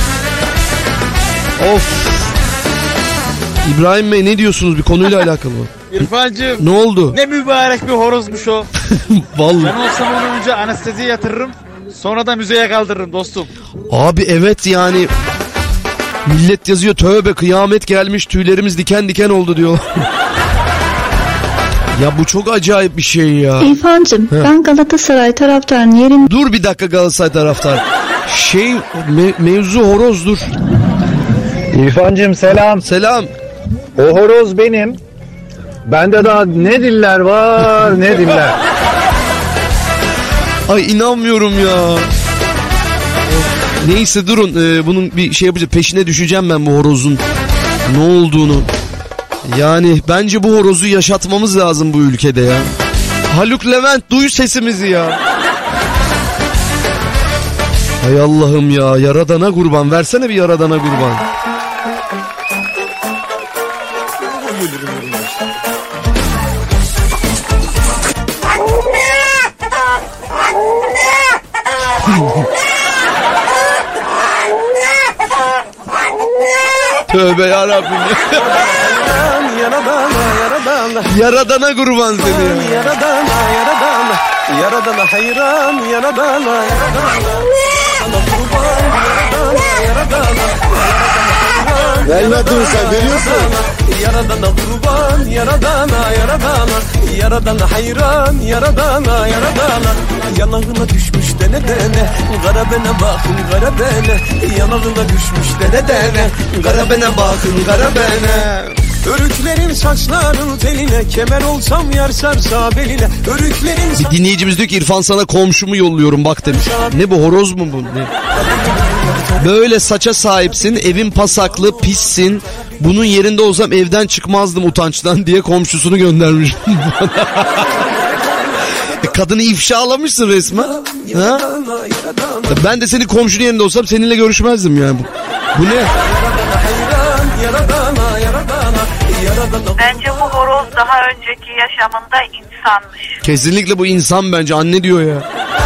F: Of. İbrahim Bey ne diyorsunuz bir konuyla alakalı?
G: İrfancığım.
F: Ne oldu?
G: Ne mübarek bir horozmuş o.
F: Vallahi.
G: Ben olsam onu önce anesteziye yatırırım. Sonra da müzeye kaldırırım dostum.
F: Abi evet yani. Millet yazıyor tövbe kıyamet gelmiş, tüylerimiz diken diken oldu diyor. Ya bu çok acayip bir şey ya.
S: İrfancığım ben Galatasaray taraftarının yerin...
F: Dur bir dakika Galatasaray taraftar. Mevzu horozdur.
K: İrfancığım selam.
F: Selam.
K: O horoz benim. Bende daha ne diller var ne diller.
F: Ay inanmıyorum ya. Neyse durun bunun bir şey yapacağım. Peşine düşeceğim ben bu horozun ne olduğunu. Yani bence bu horozu yaşatmamız lazım bu ülkede ya. Haluk Levent duy sesimizi ya. Hay Allah'ım ya, yaradana kurban, versene bir yaradana kurban. Tövbe yarabbim. Yaradana kurban seni ya.
R: Yaradana hayran, yaradana
U: Vermedin sen veriyorsun.
R: Yaradana kurban, yaradana hayran, yaradana yanağına düşmüş dene garabene bakın garabene, yanağına düşmüş dene garabene bakın garabene. Örüklerin saçların teline, kemer olsam yer sarsa beline. Örüklerin
F: bir dinleyicimiz diyor ki İrfan sana komşumu yolluyorum bak demiş. Ne bu, horoz mu bu? Ne? Böyle saça sahipsin, evin pasaklı, pissin. Bunun yerinde olsam evden çıkmazdım utançtan diye komşusunu göndermiş. Kadını ifşalamışsın resmen. Ha? Ben de senin komşunun yerinde olsam seninle görüşmezdim yani. Bu ne?
I: Bence bu horoz daha önceki yaşamında insanmış.
F: Kesinlikle bu insan bence, anne diyor ya.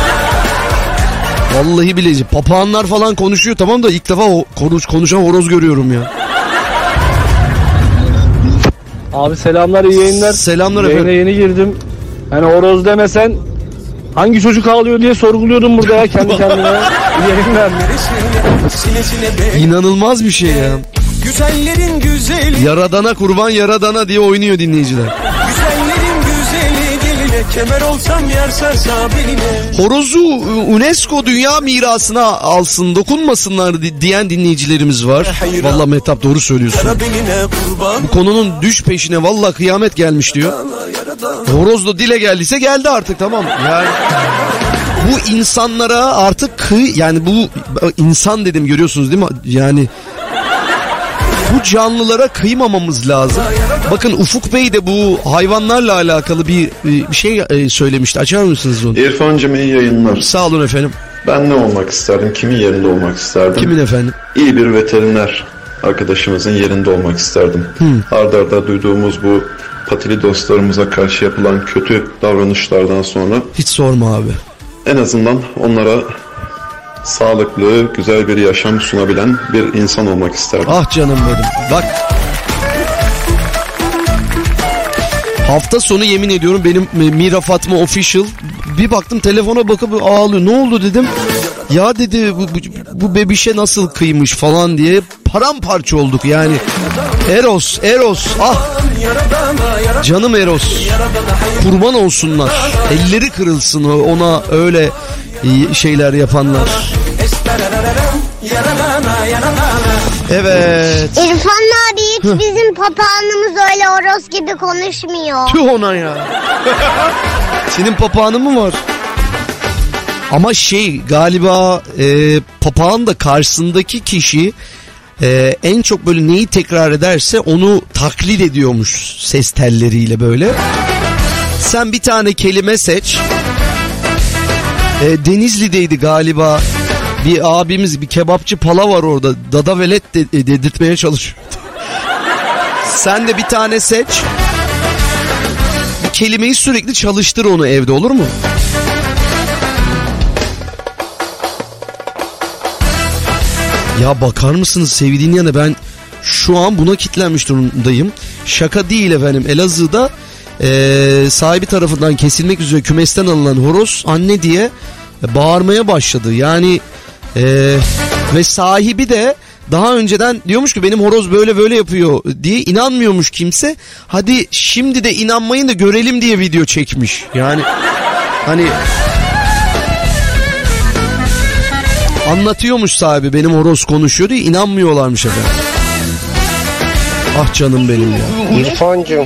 F: Vallahi billahi papağanlar falan konuşuyor tamam da ilk defa konuşan horoz görüyorum ya.
K: Abi selamlar, iyi yayınlar.
F: Selamlar
K: efendim. Yayına yeni girdim. Hani horoz demesen hangi çocuk ağlıyor diye sorguluyordum burada ya kendi kendime. İyi yayınlar.
F: İnanılmaz bir şey ya.
R: Güzellerin güzeli.
F: Yaradana kurban, yaradana diye oynuyor dinleyiciler.
R: Güzellerin güzeli geline, kemer olsam yer sarsa beline.
F: Horozu UNESCO Dünya Mirası'na alsın, dokunmasınlar diyen dinleyicilerimiz var. Vallahi Mehtap doğru söylüyorsun. Bu konunun düş peşine, vallahi kıyamet gelmiş diyor. Horoz da dile geldiyse geldi artık, tamam. Yani bu insanlara artık yani bu insan dedim, görüyorsunuz değil mi? Yani bu canlılara kıymamamız lazım. Bakın Ufuk Bey de bu hayvanlarla alakalı bir şey söylemişti. Açar mısınız onu?
V: İrfancığım iyi yayınlar.
F: Sağ olun efendim.
V: Ben ne olmak isterdim? Kimin yerinde olmak isterdim?
F: Kimin efendim?
V: İyi bir veteriner arkadaşımızın yerinde olmak isterdim. Arda arda duyduğumuz bu patili dostlarımıza karşı yapılan kötü davranışlardan sonra.
F: Hiç sorma abi.
V: En azından onlara sağlıklı, güzel bir yaşam sunabilen bir insan olmak isterdim.
F: Ah canım benim. Bak. Hafta sonu yemin ediyorum benim Mira Fatma Official, bir baktım telefona bakıp ağlıyor. Ne oldu dedim. Ya dedi bu bebişe nasıl kıymış falan diye paramparça olduk yani. Eros ah. Canım Eros. Kurban olsunlar. Elleri kırılsın ona öyle şeyler yapanlar. Evet.
W: İrfan abi hiç bizim papağanımız öyle horoz gibi konuşmuyor.
F: Tüh ona ya. Senin papağanın mı var? Ama galiba papağan da karşısındaki kişi en çok böyle neyi tekrar ederse onu taklit ediyormuş ses telleriyle böyle. Sen bir tane kelime seç. Denizli'deydi galiba. Bir abimiz, bir kebapçı pala var orada. Dada velet dedirtmeye çalışıyordu. Sen de bir tane seç. Bir kelimeyi sürekli çalıştır onu evde, olur mu? Ya bakar mısınız sevdiğin yana, ben şu an buna kitlenmiş durumdayım. Şaka değil efendim. Elazığ'da sahibi tarafından kesilmek üzere kümesten alınan horoz anne diye bağırmaya başladı. Yani ve sahibi de daha önceden diyormuş ki benim horoz böyle böyle yapıyor diye, inanmıyormuş kimse. Hadi şimdi de inanmayın da görelim diye video çekmiş. Yani hani anlatıyormuş sahibi benim horoz konuşuyor diye, inanmıyorlarmış efendim. Ah canım benim ya.
J: İrfancığım.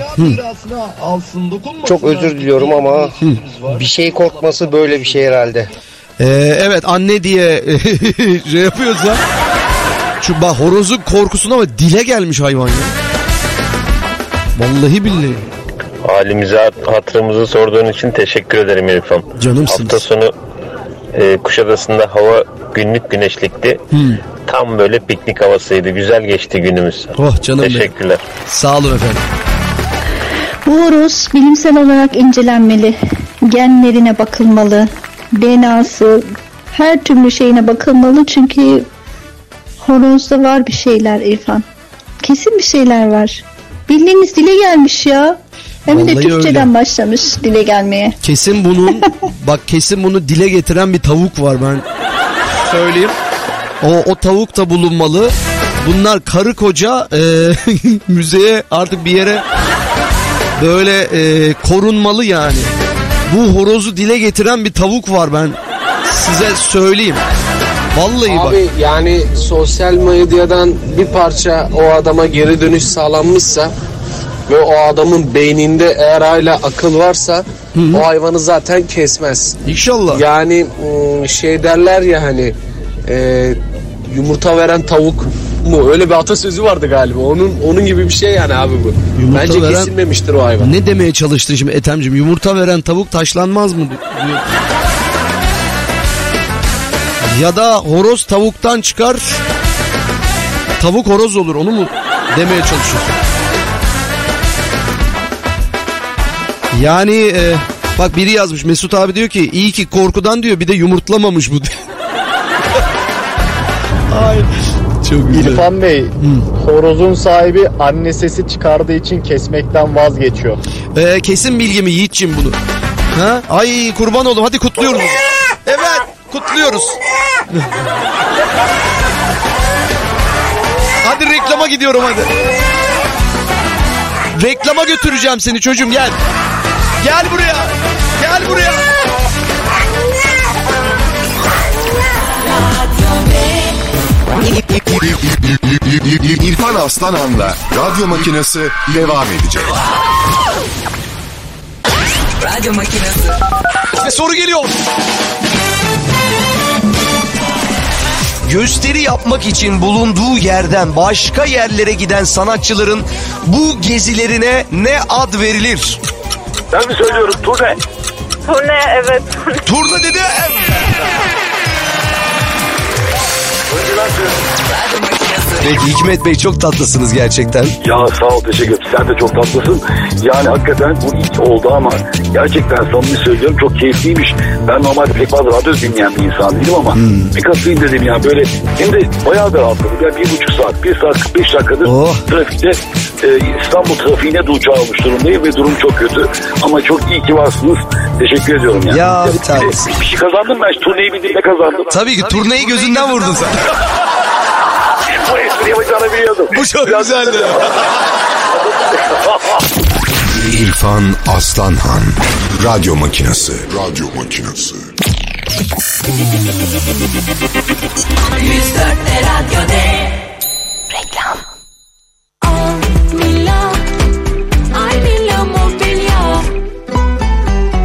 J: Çok özür diliyorum ama bir şey korkması böyle bir şey herhalde.
F: Evet, anne diye şey yapıyorsa şu bak horozun korkusuna ama dile gelmiş hayvan ya. Vallahi billahi.
L: Halimize hatırımızı sorduğun için teşekkür ederim İrfan.
F: Canımsınız.
L: Hafta sonu Kuşadası'nda hava günlük güneşlikti. Tam böyle piknik havasıydı. Güzel geçti günümüz.
F: Oh canım
L: teşekkürler.
F: Benim. Sağ olun efendim.
S: Bu horoz bilimsel olarak incelenmeli. Genlerine bakılmalı. DNA'sı, her türlü şeyine bakılmalı. Çünkü horozda var bir şeyler İrfan. Kesin bir şeyler var. Bildiğimiz dile gelmiş ya. Hem de Türkçeden öyle başlamış dile gelmeye.
F: Kesin bunun bak kesin bunu dile getiren bir tavuk var, ben söyleyeyim. O tavuk da bulunmalı. Bunlar karı koca müzeye artık bir yere böyle korunmalı yani. Bu horozu dile getiren bir tavuk var, ben size söyleyeyim. Vallahi
M: abi,
F: bak.
M: Abi yani sosyal medyadan bir parça o adama geri dönüş sağlanmışsa ve o adamın beyninde eğer hala akıl varsa o hayvanı zaten kesmez.
F: İnşallah.
M: Yani şey derler ya hani yumurta veren tavuk mu? Öyle bir atasözü vardı galiba. Onun gibi bir şey yani abi bu. Yumurta bence veren, kesilmemiştir o hayvan.
F: Ne demeye çalıştın şimdi Ethem'cim? Yumurta veren tavuk taşlanmaz mı diyor. Ya da horoz tavuktan çıkar, tavuk horoz olur, onu mu demeye çalışıyorsun? Yani bak biri yazmış, Mesut abi diyor ki iyi ki korkudan diyor bir de yumurtlamamış bu. Ay, çok güzel.
N: İrfan Bey, horozun sahibi anne sesi çıkardığı için kesmekten vazgeçiyor.
F: Kesin bilgi mi Yiğit'cim bunu? Ha? Ay kurban oldum, hadi kutluyoruz. Evet, kutluyoruz. Hadi reklama gidiyorum hadi. Reklama götüreceğim seni çocuğum, gel. Gel buraya. Gel buraya.
B: İrfan Aslanhan'la Radyo Makinesi devam edecek.
C: Radyo Makinesi.
F: Ve soru geliyor. Gösteri yapmak için bulunduğu yerden başka yerlere giden sanatçıların bu gezilerine ne ad verilir?
X: Ben mi söylüyorum? Turne.
I: Turne, evet.
F: Turne dedi. Peki Hikmet Bey, çok tatlısınız gerçekten.
X: Ya sağ ol, teşekkür ederim. Sen de çok tatlısın. Yani hakikaten bu ilk oldu ama gerçekten samimi söylüyorum, çok keyifliymiş. Ben normalde pek fazla radyo dinleyen bir insan değilim ama bir katılayım dedim ya, böyle hem de bayağı da rahatladım. Yani 1,5 saat, 1 saat 45 dakikadır trafikte İstanbul trafiğine de uçağı almış durumdayım ve durum çok kötü. Ama çok iyi ki varsınız. Teşekkür ediyorum yani.
F: Ya bir tanesi.
X: Bir şey kazandım ben. Turneyi bildiğimde kazandım.
F: Tabii ki turneyi gözünden vurdun sen.
X: Bu espri yapacağını biliyordum.
F: Bu çok güzeldi.
B: İrfan Aslanhan, Radyo Makinesi. Radyo Makinesi.
C: 104'te radyoda. Reklam.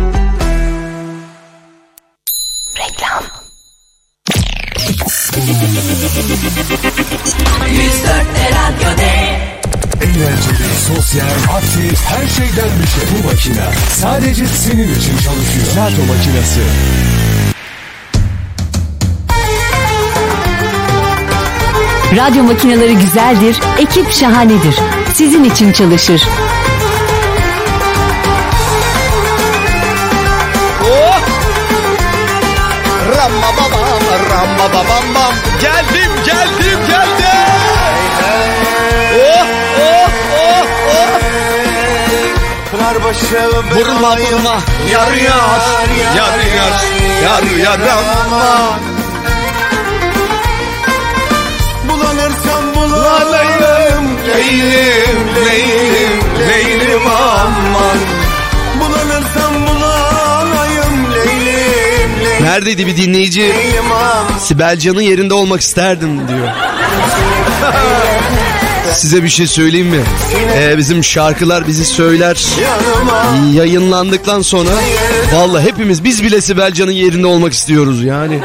C: Reklam. Radyo D.
R: Eğlenceli, sosyal, aktif, her şeyden bir şey. Bu makine sadece senin için çalışıyor. Radyo makinesi.
D: Radyo makineleri güzeldir, ekip şahanedir. Sizin için çalışır.
F: Oh! Ramma babam, ramma babam bam. Geldim. Oh! Vurma. Yar aman.
R: Bulanırsam bulanayım, Leylim aman. Bulanırsam bulanayım, Leylim.
F: Neredeydi bir dinleyici? Sibel Can'ın yerinde olmak isterdim diyor. Size bir şey söyleyeyim mi? Bizim şarkılar bizi söyler. Yayınlandıktan sonra vallahi hepimiz biz bile Sibel Can'ın yerinde olmak istiyoruz yani.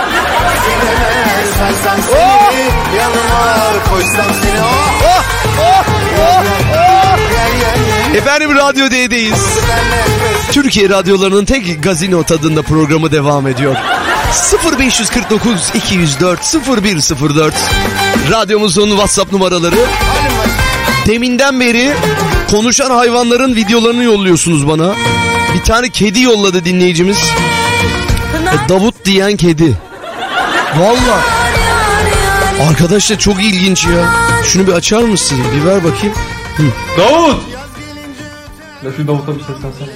F: Efendim Radyo D'deyiz. Türkiye radyolarının tek gazino tadında programı devam ediyor. 0549 204 0104 radyomuzun WhatsApp numaraları. Deminden beri konuşan hayvanların videolarını yolluyorsunuz bana. Bir tane kedi yolladı dinleyicimiz. Davut diyen kedi. Vallahi. Arkadaşlar çok ilginç ya. Şunu bir açar mısın? Bir ver bakayım.
E: Davut! Ya şu Davut'a bir seslensene.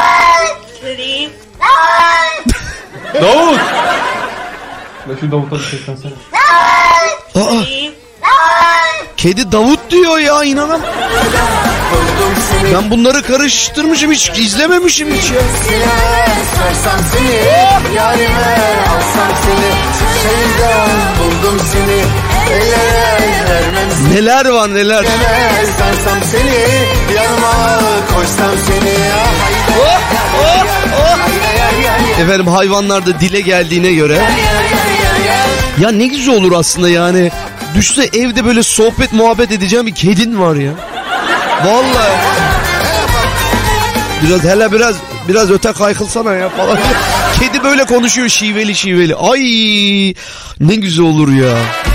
E: Davut! Ya şu Davut'a bir seslensene.
F: Aa! Kedi Davut diyor ya, inanam. Ben bunları karıştırmışım, hiç izlememişim hiç ya.
R: Sarsam seni, yarime alsam seni, şeyden buldum seni,
F: neler var neler.
R: Sarsam seni, yanıma koysam seni.
F: Efendim hayvanlar da dile geldiğine göre. Ya ne güzel olur aslında yani. Düşse evde böyle sohbet muhabbet edeceğim bir kedin var ya. Vallahi. Biraz öte kaykılsana ya falan. Kedi böyle konuşuyor şiveli. Ay ne güzel olur ya.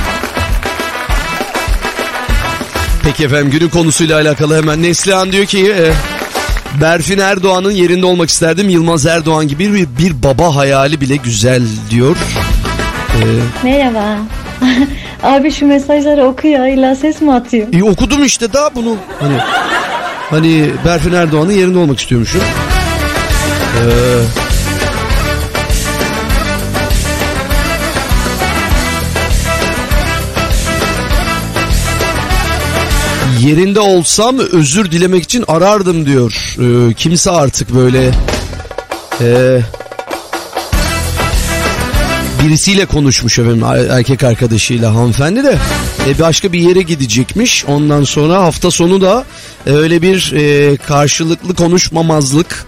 F: Peki efendim, günün konusuyla alakalı hemen Neslihan diyor ki Berfin Erdoğan'ın yerinde olmak isterdim. Yılmaz Erdoğan gibi bir baba hayali bile güzel diyor.
H: Merhaba. Abi şu mesajları oku ya, illa ses mi atıyor?
F: Okudum işte daha bunu. Hani Berfin Erdoğan'ın yerinde olmak istiyormuşum. Yerinde olsam özür dilemek için arardım diyor. Kimse artık böyle birisiyle konuşmuş efendim, erkek arkadaşıyla hanımefendi de başka bir yere gidecekmiş. Ondan sonra hafta sonu da öyle bir karşılıklı konuşmamazlık,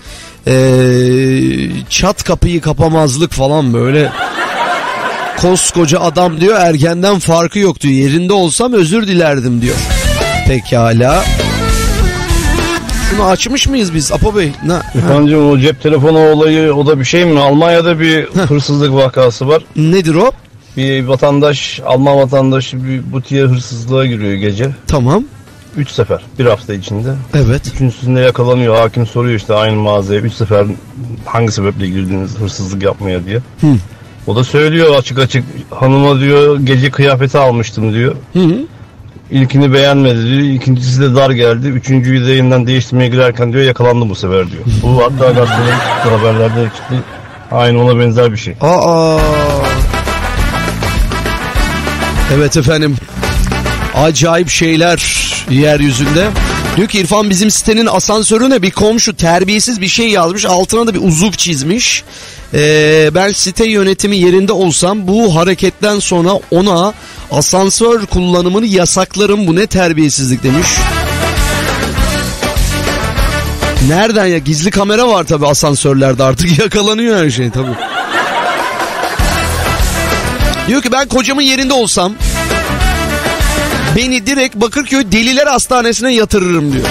F: çat kapıyı kapamazlık falan böyle. Koskoca adam diyor, ergenden farkı yok diyor. Yerinde olsam özür dilerdim diyor. Pekala. Şunu açmış mıyız biz Apo Bey?
K: Efendim o cep telefonu olayı, o da bir şey mi? Almanya'da bir hırsızlık vakası var.
F: Nedir o?
K: Bir vatandaş, Alman vatandaşı bir butiğe hırsızlığa giriyor gece.
F: Tamam.
K: 3 sefer bir hafta içinde.
F: Evet.
K: Üçüncüsünde yakalanıyor. Hakim soruyor işte aynı mağazaya 3 sefer hangi sebeple girdiniz hırsızlık yapmaya diye. O da söylüyor açık hanıma diyor gece kıyafeti almıştım diyor. İlkini beğenmedi diyor. İkincisi de dar geldi. Üçüncüyü de yeniden değiştirmeye girerken diyor yakalandım bu sefer diyor. Bu hatta gazetede çıktı, haberlerde çıktı. Aynı ona benzer bir şey.
F: Evet efendim. Acayip şeyler yeryüzünde. Diyor ki İrfan, bizim sitenin asansörüne bir komşu terbiyesiz bir şey yazmış. Altına da bir uzuv çizmiş. Ben site yönetimi yerinde olsam bu hareketten sonra ona asansör kullanımını yasaklarım. Bu ne terbiyesizlik demiş. Nereden ya? Gizli kamera var tabii asansörlerde, artık yakalanıyor her şey tabii. Diyor ki ben kocamın yerinde olsam beni direkt Bakırköy Deliler Hastanesi'ne yatırırım diyor.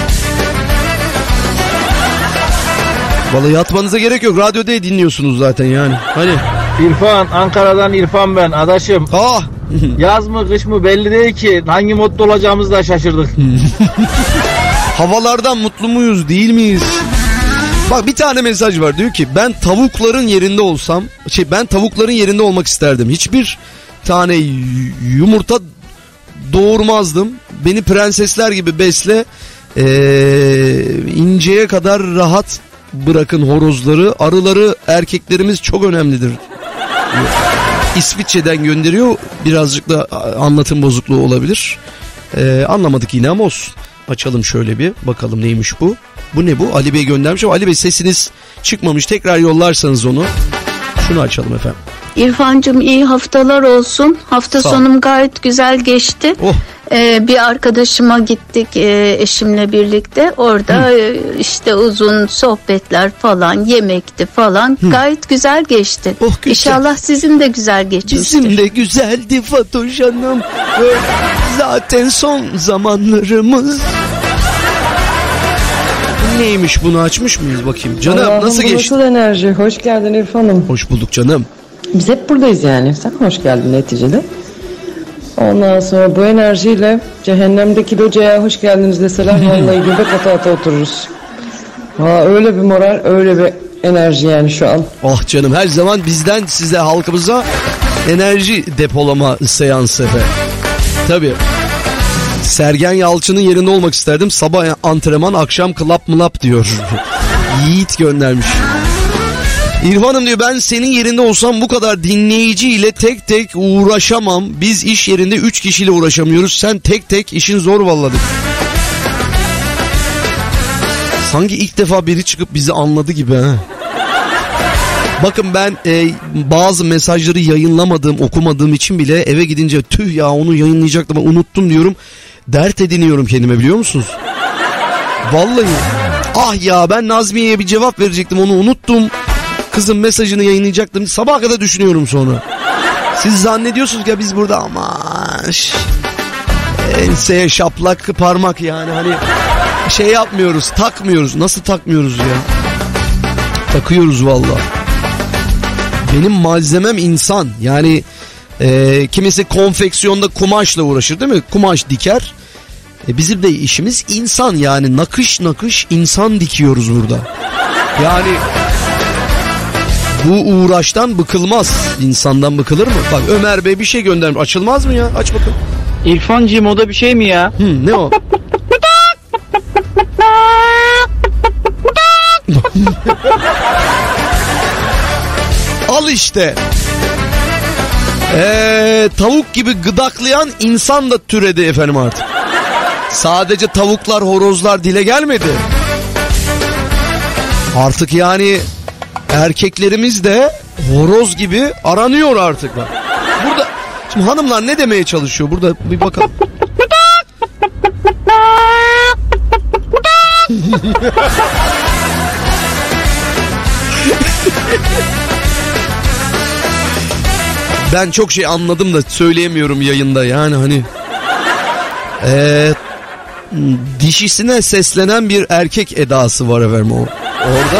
F: Vallahi yatmanıza gerek yok. Radyoda dinliyorsunuz zaten yani. Hani.
O: İrfan, Ankara'dan İrfan ben adaşım. Yaz mı kış mı belli değil ki. Hangi modda olacağımızı da şaşırdık.
F: Havalardan mutlu muyuz değil miyiz? Bak bir tane mesaj var, diyor ki ben tavukların yerinde olsam ben tavukların yerinde olmak isterdim. Hiçbir tane yumurta doğurmazdım. Beni prensesler gibi besle. İnceye kadar rahat bırakın horozları. Arıları erkeklerimiz çok önemlidir. İsviçre'den gönderiyor. Birazcık da anlatım bozukluğu olabilir. Anlamadık yine ama olsun. Açalım şöyle bir bakalım neymiş bu. Bu ne bu? Ali Bey göndermiş ama Ali Bey sesiniz çıkmamış. Tekrar yollarsanız onu. Şunu açalım efendim.
S: İrfancığım iyi haftalar olsun. Hafta sonum gayet güzel geçti. Bir arkadaşıma gittik eşimle birlikte. Orada işte uzun sohbetler falan, yemekti falan. Gayet güzel geçti. Güzel. İnşallah sizin de güzel geçmiştir.
F: Bizim de güzeldi Fatoş Hanım. Zaten son zamanlarımız. Neymiş, bunu açmış mıyız bakayım? Canım
P: Allah'ım,
F: nasıl geçti?
P: Nasıl enerji? Hoş geldin İrfan'ım.
F: Hoş bulduk canım.
P: Biz hep buradayız yani. Sen hoş geldin neticede. Ondan sonra bu enerjiyle cehennemdeki locaya hoş geldiniz deseler vallahi göbek ata ata otururuz. Öyle bir moral, öyle bir enerji yani şu an.
F: Oh canım, her zaman bizden size, halkımıza enerji depolama seansı efendim. Tabii. Sergen Yalçın'ın yerinde olmak isterdim. Sabah antrenman, akşam klap mılap diyor. Yiğit göndermiş. İrfan'ım diyor, ben senin yerinde olsam bu kadar dinleyiciyle tek tek uğraşamam. Biz iş yerinde 3 kişiyle uğraşamıyoruz. Sen tek tek, işin zor vallahi. Sanki ilk defa biri çıkıp bizi anladı gibi ha. Bakın ben bazı mesajları yayınlamadığım, okumadığım için bile eve gidince tüh ya onu yayınlayacaktım ama unuttum diyorum. Dert ediniyorum kendime, biliyor musunuz? Vallahi. Ah ya, ben Nazmiye'ye bir cevap verecektim, onu unuttum. Kızın mesajını yayınlayacaktım. Sabaha kadar düşünüyorum sonra. Siz zannediyorsunuz ki biz burada aman enseye şaplak parmak yani hani şey yapmıyoruz, takmıyoruz. Nasıl takmıyoruz ya? Takıyoruz vallahi. Benim malzemem insan. Yani kimisi konfeksiyonda kumaşla uğraşır değil mi? Kumaş diker. Bizim de işimiz insan yani, nakış nakış insan dikiyoruz burada. Yani bu uğraştan bıkılmaz. İnsandan bıkılır mı? Bak Ömer Bey bir şey göndermiş. Açılmaz mı ya? Aç bakalım.
O: İrfancığım o da bir şey mi ya?
F: Ne o? Al işte. Tavuk gibi gıdaklayan insan da türedi efendim artık. Sadece tavuklar, horozlar dile gelmedi. Artık yani erkeklerimiz de horoz gibi aranıyor artık. Burada şimdi hanımlar ne demeye çalışıyor? Burada bir bakalım. Ben çok şey anladım da söyleyemiyorum yayında yani hani. Dişisine seslenen bir erkek edası var efendim orada.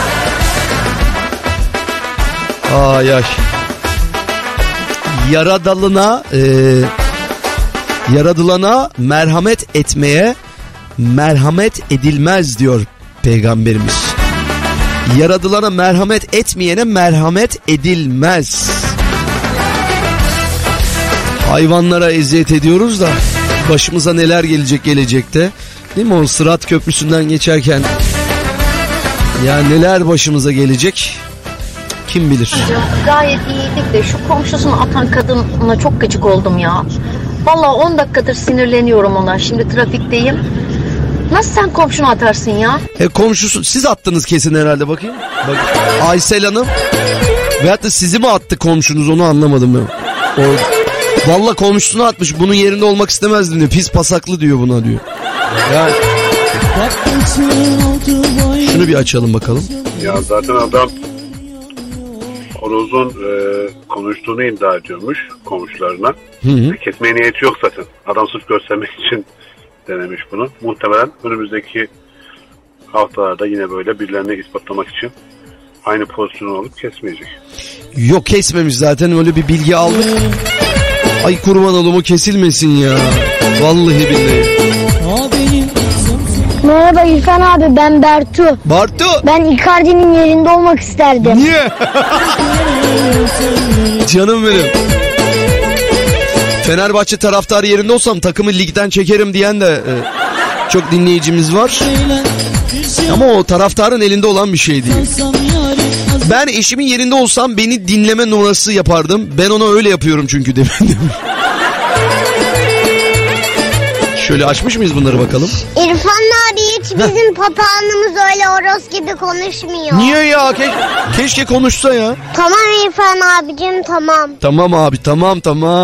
F: Yaş. Yaradılana merhamet etmeye merhamet edilmez diyor Peygamberimiz. Yaradılana merhamet etmeyene merhamet edilmez. Hayvanlara eziyet ediyoruz da başımıza neler gelecek gelecekte. Değil mi, o Sırat Köprüsü'nden geçerken ya neler başımıza gelecek kim bilir.
Q: Gayet iyiydik de şu komşusunu atan kadına çok gıcık oldum ya. Vallahi 10 dakikadır sinirleniyorum ona. Şimdi trafikteyim. Nasıl sen komşunu atarsın ya?
F: Komşusu siz attınız kesin herhalde, bakayım. Bak, Aysel Hanım. Veyahut da sizi mi attı komşunuz, onu anlamadım ben. Vallahi komşusunu atmış, bunun yerinde olmak istemezdim diyor. Pis pasaklı diyor buna diyor. Yani. Şunu bir açalım bakalım.
T: Ya zaten adam
A: horozun konuştuğunu iddia ediyormuş komşularına.
F: Hı.
A: Kesmeye niyeti yok zaten. Adam sırf göstermek için denemiş bunu. Muhtemelen önümüzdeki haftalarda yine böyle birilerine ispatlamak için aynı pozisyonu alıp kesmeyecek.
F: Yok, kesmemiş zaten, öyle bir bilgi aldık. Ay kurban olumu, kesilmesin ya. Vallahi billahi.
W: Merhaba İrfan abi, ben Bertu.
F: Bartu.
W: Ben Icardi'nin yerinde olmak isterdim.
F: Niye? Canım benim. Fenerbahçe taraftarı yerinde olsam takımı ligden çekerim diyen de çok dinleyicimiz var. Ama o taraftarın elinde olan bir şey değil. Ben eşimin yerinde olsam beni dinleme numarası yapardım. Ben ona öyle yapıyorum çünkü dedim. Şöyle açmış mıyız bunları bakalım?
W: İrfan abi hiç bizim papağanımız öyle horoz gibi konuşmuyor.
F: Niye ya? Keşke konuşsa ya.
W: Tamam İrfan abicim, tamam.
F: Tamam abi, tamam.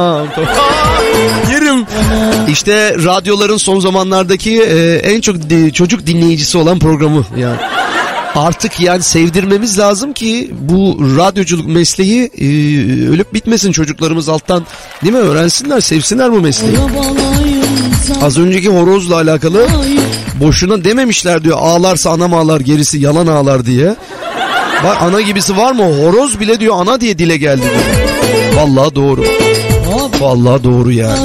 F: Yerim. İşte radyoların son zamanlardaki en çok çocuk dinleyicisi olan programı yani. Artık yani sevdirmemiz lazım ki bu radyoculuk mesleği ölüp bitmesin, çocuklarımız alttan, değil mi? Öğrensinler, sevsinler bu mesleği. Az önceki horozla alakalı boşuna dememişler diyor, ağlarsa anam ağlar, gerisi yalan ağlar diye. Bak, ana gibisi var mı? Horoz bile diyor ana diye dile geldi diyor. Vallahi doğru. Vallahi doğru yani.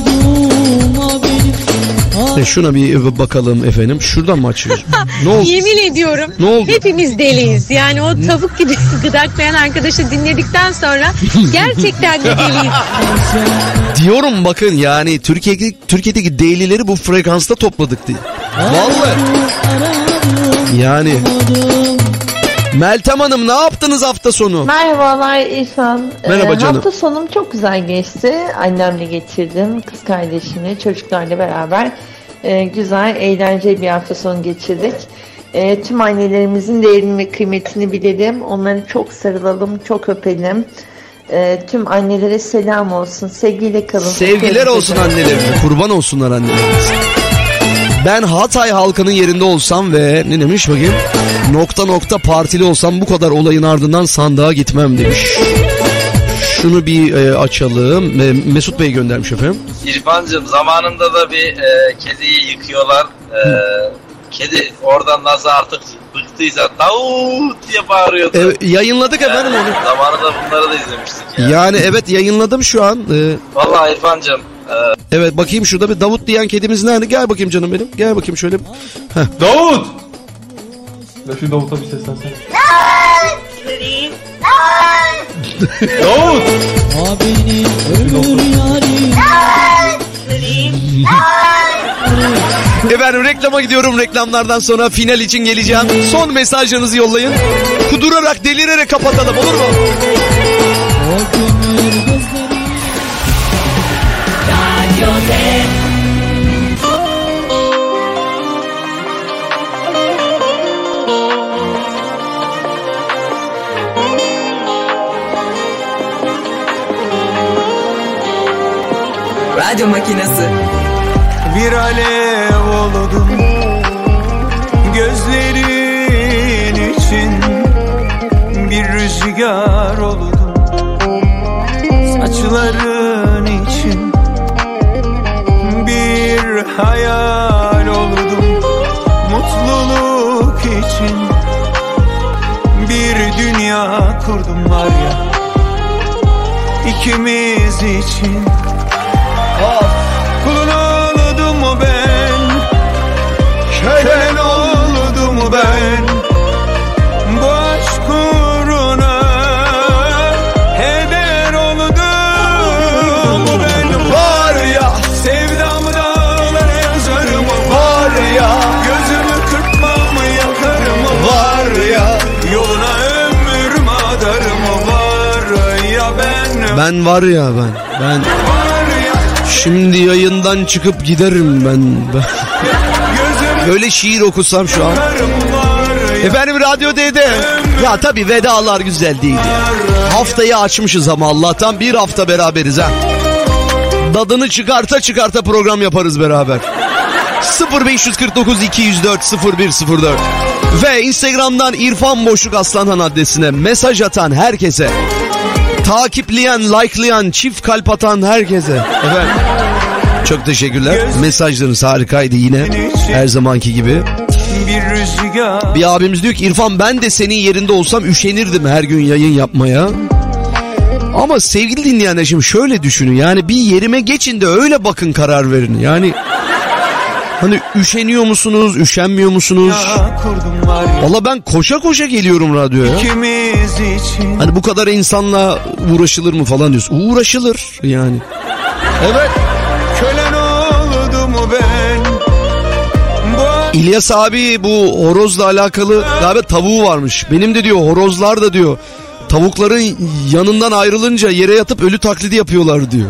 F: Şuna bir bakalım efendim. Şuradan mı açıyoruz? Ne oldu?
G: Yemin ediyorum.
F: Ne oldu?
G: Hepimiz deliyiz. Yani o tavuk gibi gıdaklayan arkadaşı dinledikten sonra gerçekten de deliyiz.
F: Diyorum bakın, yani Türkiye'deki delileri bu frekansta topladık diye. Vallahi. Yani. Meltem Hanım, ne yaptınız hafta sonu?
T: Merhabalar İrfan.
F: Merhaba canım.
T: Hafta sonum çok güzel geçti. Annemle geçirdim. Kız kardeşimle, çocuklarla beraber güzel, eğlenceli bir hafta sonu geçirdik. Tüm annelerimizin değerini ve kıymetini bilelim. Onları çok sarılalım, çok öpelim. Tüm annelere selam olsun. Sevgiyle kalın.
F: Sevgiler olsun annelerine. Kurban olsunlar annelerimiz. Ben Hatay halkının yerinde olsam ve ne demiş bakayım? Nokta partili olsam bu kadar olayın ardından sandığa gitmem demiş. Şunu bir açalım. Mesut Bey göndermiş efendim.
U: İrfancığım, zamanında da bir kediyi yıkıyorlar. Kedi oradan nasıl artık bıktıysa Davut diye bağırıyordu.
F: Yayınladık efendim onu.
U: Zamanında bunları da izlemiştik ya.
F: Yani evet, yayınladım şu an.
U: Vallahi İrfancığım.
F: Evet, bakayım şurada bir Davut diyen kedimiz nerede? Gel bakayım canım benim. Gel bakayım şöyle. Heh.
E: Davut! Ya şu Davut'a bir seslensene. Davut!
F: Efendim reklama gidiyorum. Reklamlardan sonra final için geleceğim. Son mesajlarınızı yollayın. Kudurarak, delirerek kapatalım, olur mu?
C: Radyo Makinesi.
Y: Bir alev oldum gözlerin için, bir rüzgar oldum saçların için, bir hayal oldum mutluluk için, bir dünya kurdum var ya ikimiz için. Kulun oldum mu ben, kölen oldum mu ben, bu aşk uğruna heder oldum mu ben. Var ya sevdamı dağlara yazarım, var ya gözümü kırpmam yakarım, var ya yoluna ömrümü adarım, var ya
F: Ben var ya ben şimdi yayından çıkıp giderim ben. Böyle şiir okusam şu an. Efendim Radyo D'de. Ya tabii vedalar güzel değil ya. Haftayı açmışız ama Allah'tan bir hafta beraberiz ha. Dadını çıkarta program yaparız beraber. 0549 204 0104 ve Instagram'dan İrfan Boşluk Aslanhan adresine mesaj atan herkese takipleyen, likelayan, çift kalp atan herkese. Efendim. Çok teşekkürler. Mesajlarınız harikaydı yine. Her zamanki gibi. Bir abimiz diyor ki İrfan ben de senin yerinde olsam üşenirdim her gün yayın yapmaya. Ama sevgili dinleyenler şimdi şöyle düşünün. Yani bir yerime geçin de öyle bakın karar verin. Yani hani üşeniyor musunuz, üşenmiyor musunuz? Valla ben koşa koşa geliyorum radyoya. Hani bu kadar insanla uğraşılır mı falan diyorsun. Uğraşılır yani. Evet.
Y: Kölen oldum ben.
F: İlyas abi bu horozla alakalı galiba tavuğu varmış. Benim de diyor horozlar da diyor tavukların yanından ayrılınca yere yatıp ölü taklidi yapıyorlar diyor.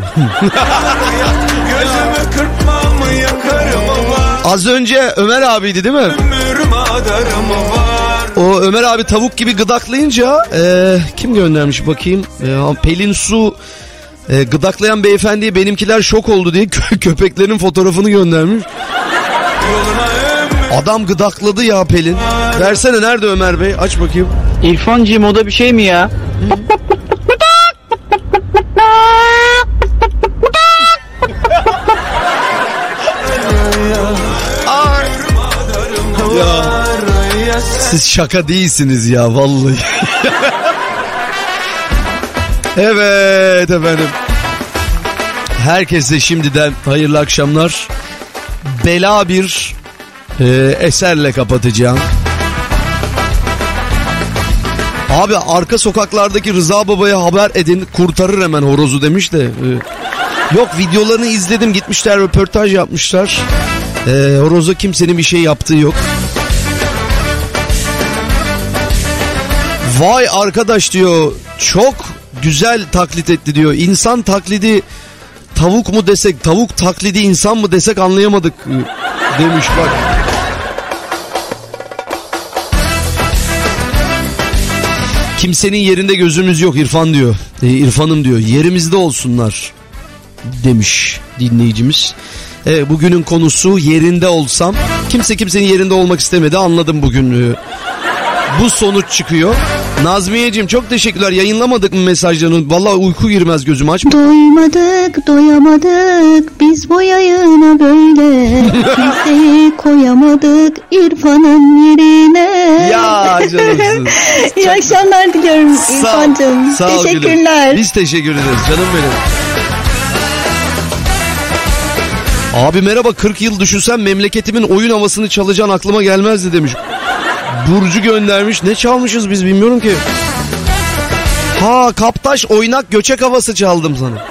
F: Az önce Ömer abiydi değil mi? O Ömer abi tavuk gibi gıdaklayınca kim göndermiş bakayım? Pelin Su gıdaklayan beyefendiye benimkiler şok oldu diye köpeklerin fotoğrafını göndermiş. Adam gıdakladı ya Pelin. Versene nerede Ömer Bey? Aç bakayım.
O: İrfancığım o da bir şey mi ya?
F: Ya siz şaka değilsiniz ya vallahi. Evet efendim. Herkese şimdiden hayırlı akşamlar. Bela bir eserle kapatacağım. Abi arka sokaklardaki Rıza Baba'ya haber edin kurtarır hemen horozu demiş de. Yok videolarını izledim gitmişler röportaj yapmışlar. Horoza kimsenin bir şey yaptığı yok. Vay arkadaş diyor çok güzel taklit etti diyor. İnsan taklidi tavuk mu desek tavuk taklidi insan mı desek anlayamadık demiş bak. Kimsenin yerinde gözümüz yok İrfan diyor. İrfan'ım diyor yerimizde olsunlar demiş dinleyicimiz. Bugünün konusu yerinde olsam. Kimse kimsenin yerinde olmak istemedi anladım bugün. Bu sonuç çıkıyor. Nazmiyeciğim çok teşekkürler. Yayınlamadık mı mesajlarını? Vallahi uyku girmez gözüm açma.
S: Doymadık doyamadık biz bu yayına böyle. Kimseyi koyamadık İrfan'ın yerine.
F: Ya canımsın.
S: İyi akşamlar diliyorum İrfan'cığım.
F: Sağ ol
S: teşekkürler.
F: Gülüm. Biz teşekkür ederiz canım benim. Abi merhaba 40 yıl düşünsem memleketimin oyun havasını çalacağın aklıma gelmezdi demiş. Burcu göndermiş. Ne çalmışız biz bilmiyorum ki. Ha Kaptaş oynak göçek havası çaldım sana.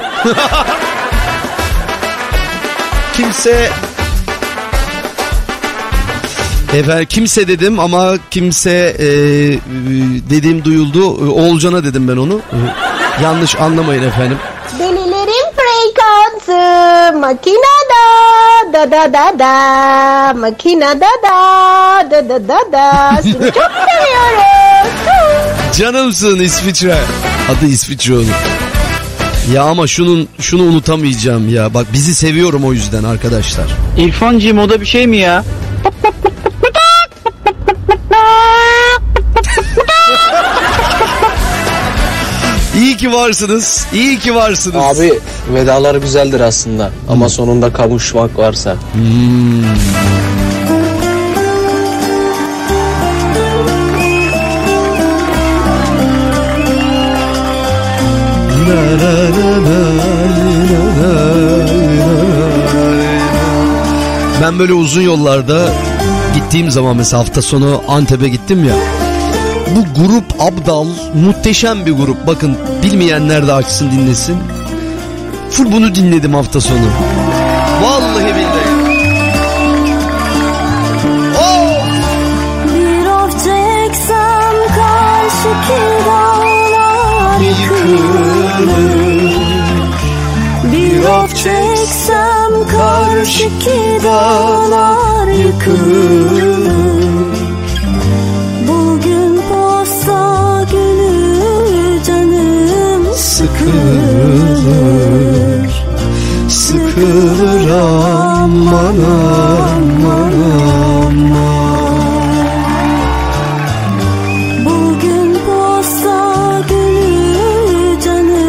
F: Kimse dedim ama kimse dediğim duyuldu. Oğulcan'a dedim ben onu. Yanlış anlamayın efendim.
W: Delilerin frekansı makinada da da da da makinada da da da da da seni çok seviyoruz.
F: Canımsın İsviçre. Adı İsviçre oğlum. Ya ama şunu unutamayacağım ya. Bak bizi seviyorum o yüzden arkadaşlar.
O: İrfancığım o da bir şey mi ya?
F: İyi ki varsınız. İyi ki varsınız.
J: Abi vedalar güzeldir aslında ama sonunda kavuşmak varsa.
F: Ben böyle uzun yollarda gittiğim zaman mesela hafta sonu Antep'e gittim ya. Bu grup Abdal muhteşem bir grup. Bakın bilmeyenler de açsın dinlesin. Full bunu dinledim hafta sonu. Vallahi billahi. Oh!
C: Bir of çeksem karşıki dağlar yıkılır. Bir of çeksem karşıki dağlar yıkılır. Bugün posta günü canım sıkılır.
F: Sıkılır aman aman aman.
C: Bugün posta günü canım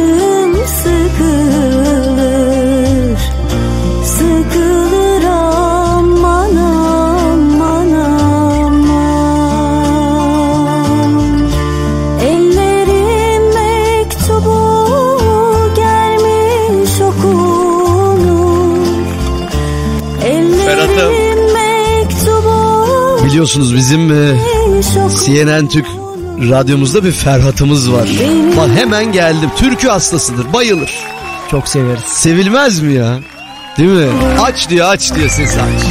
F: Biliyorsunuz bizim CNN Türk radyomuzda bir Ferhat'ımız var. Bak hemen geldim. Türkü hastasıdır. Bayılır.
I: Çok severiz.
F: Sevilmez mi ya? Değil mi? Aç diyor, aç diyor, ses aç.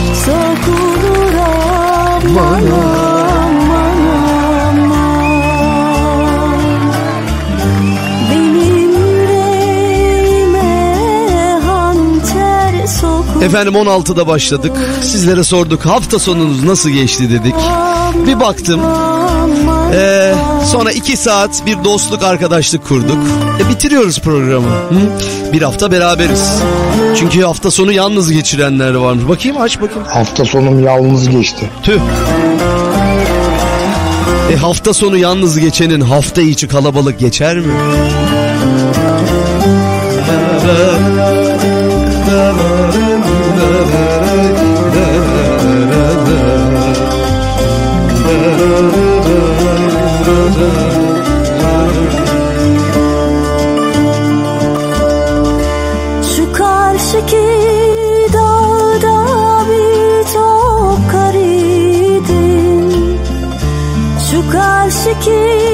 F: Efendim 16'da başladık. Sizlere sorduk. Hafta sonunuz nasıl geçti dedik. Bir baktım. Sonra 2 saat bir dostluk, arkadaşlık kurduk. Bitiriyoruz programı. Bir hafta beraberiz. Çünkü hafta sonu yalnız geçirenler varmış. Bakayım, aç bakayım.
L: Hafta sonum yalnız geçti.
F: Tüh. Hafta sonu yalnız geçenin hafta içi kalabalık geçer mi?
C: Şu karşıki dağda bir çok kar idin. Şu karşıki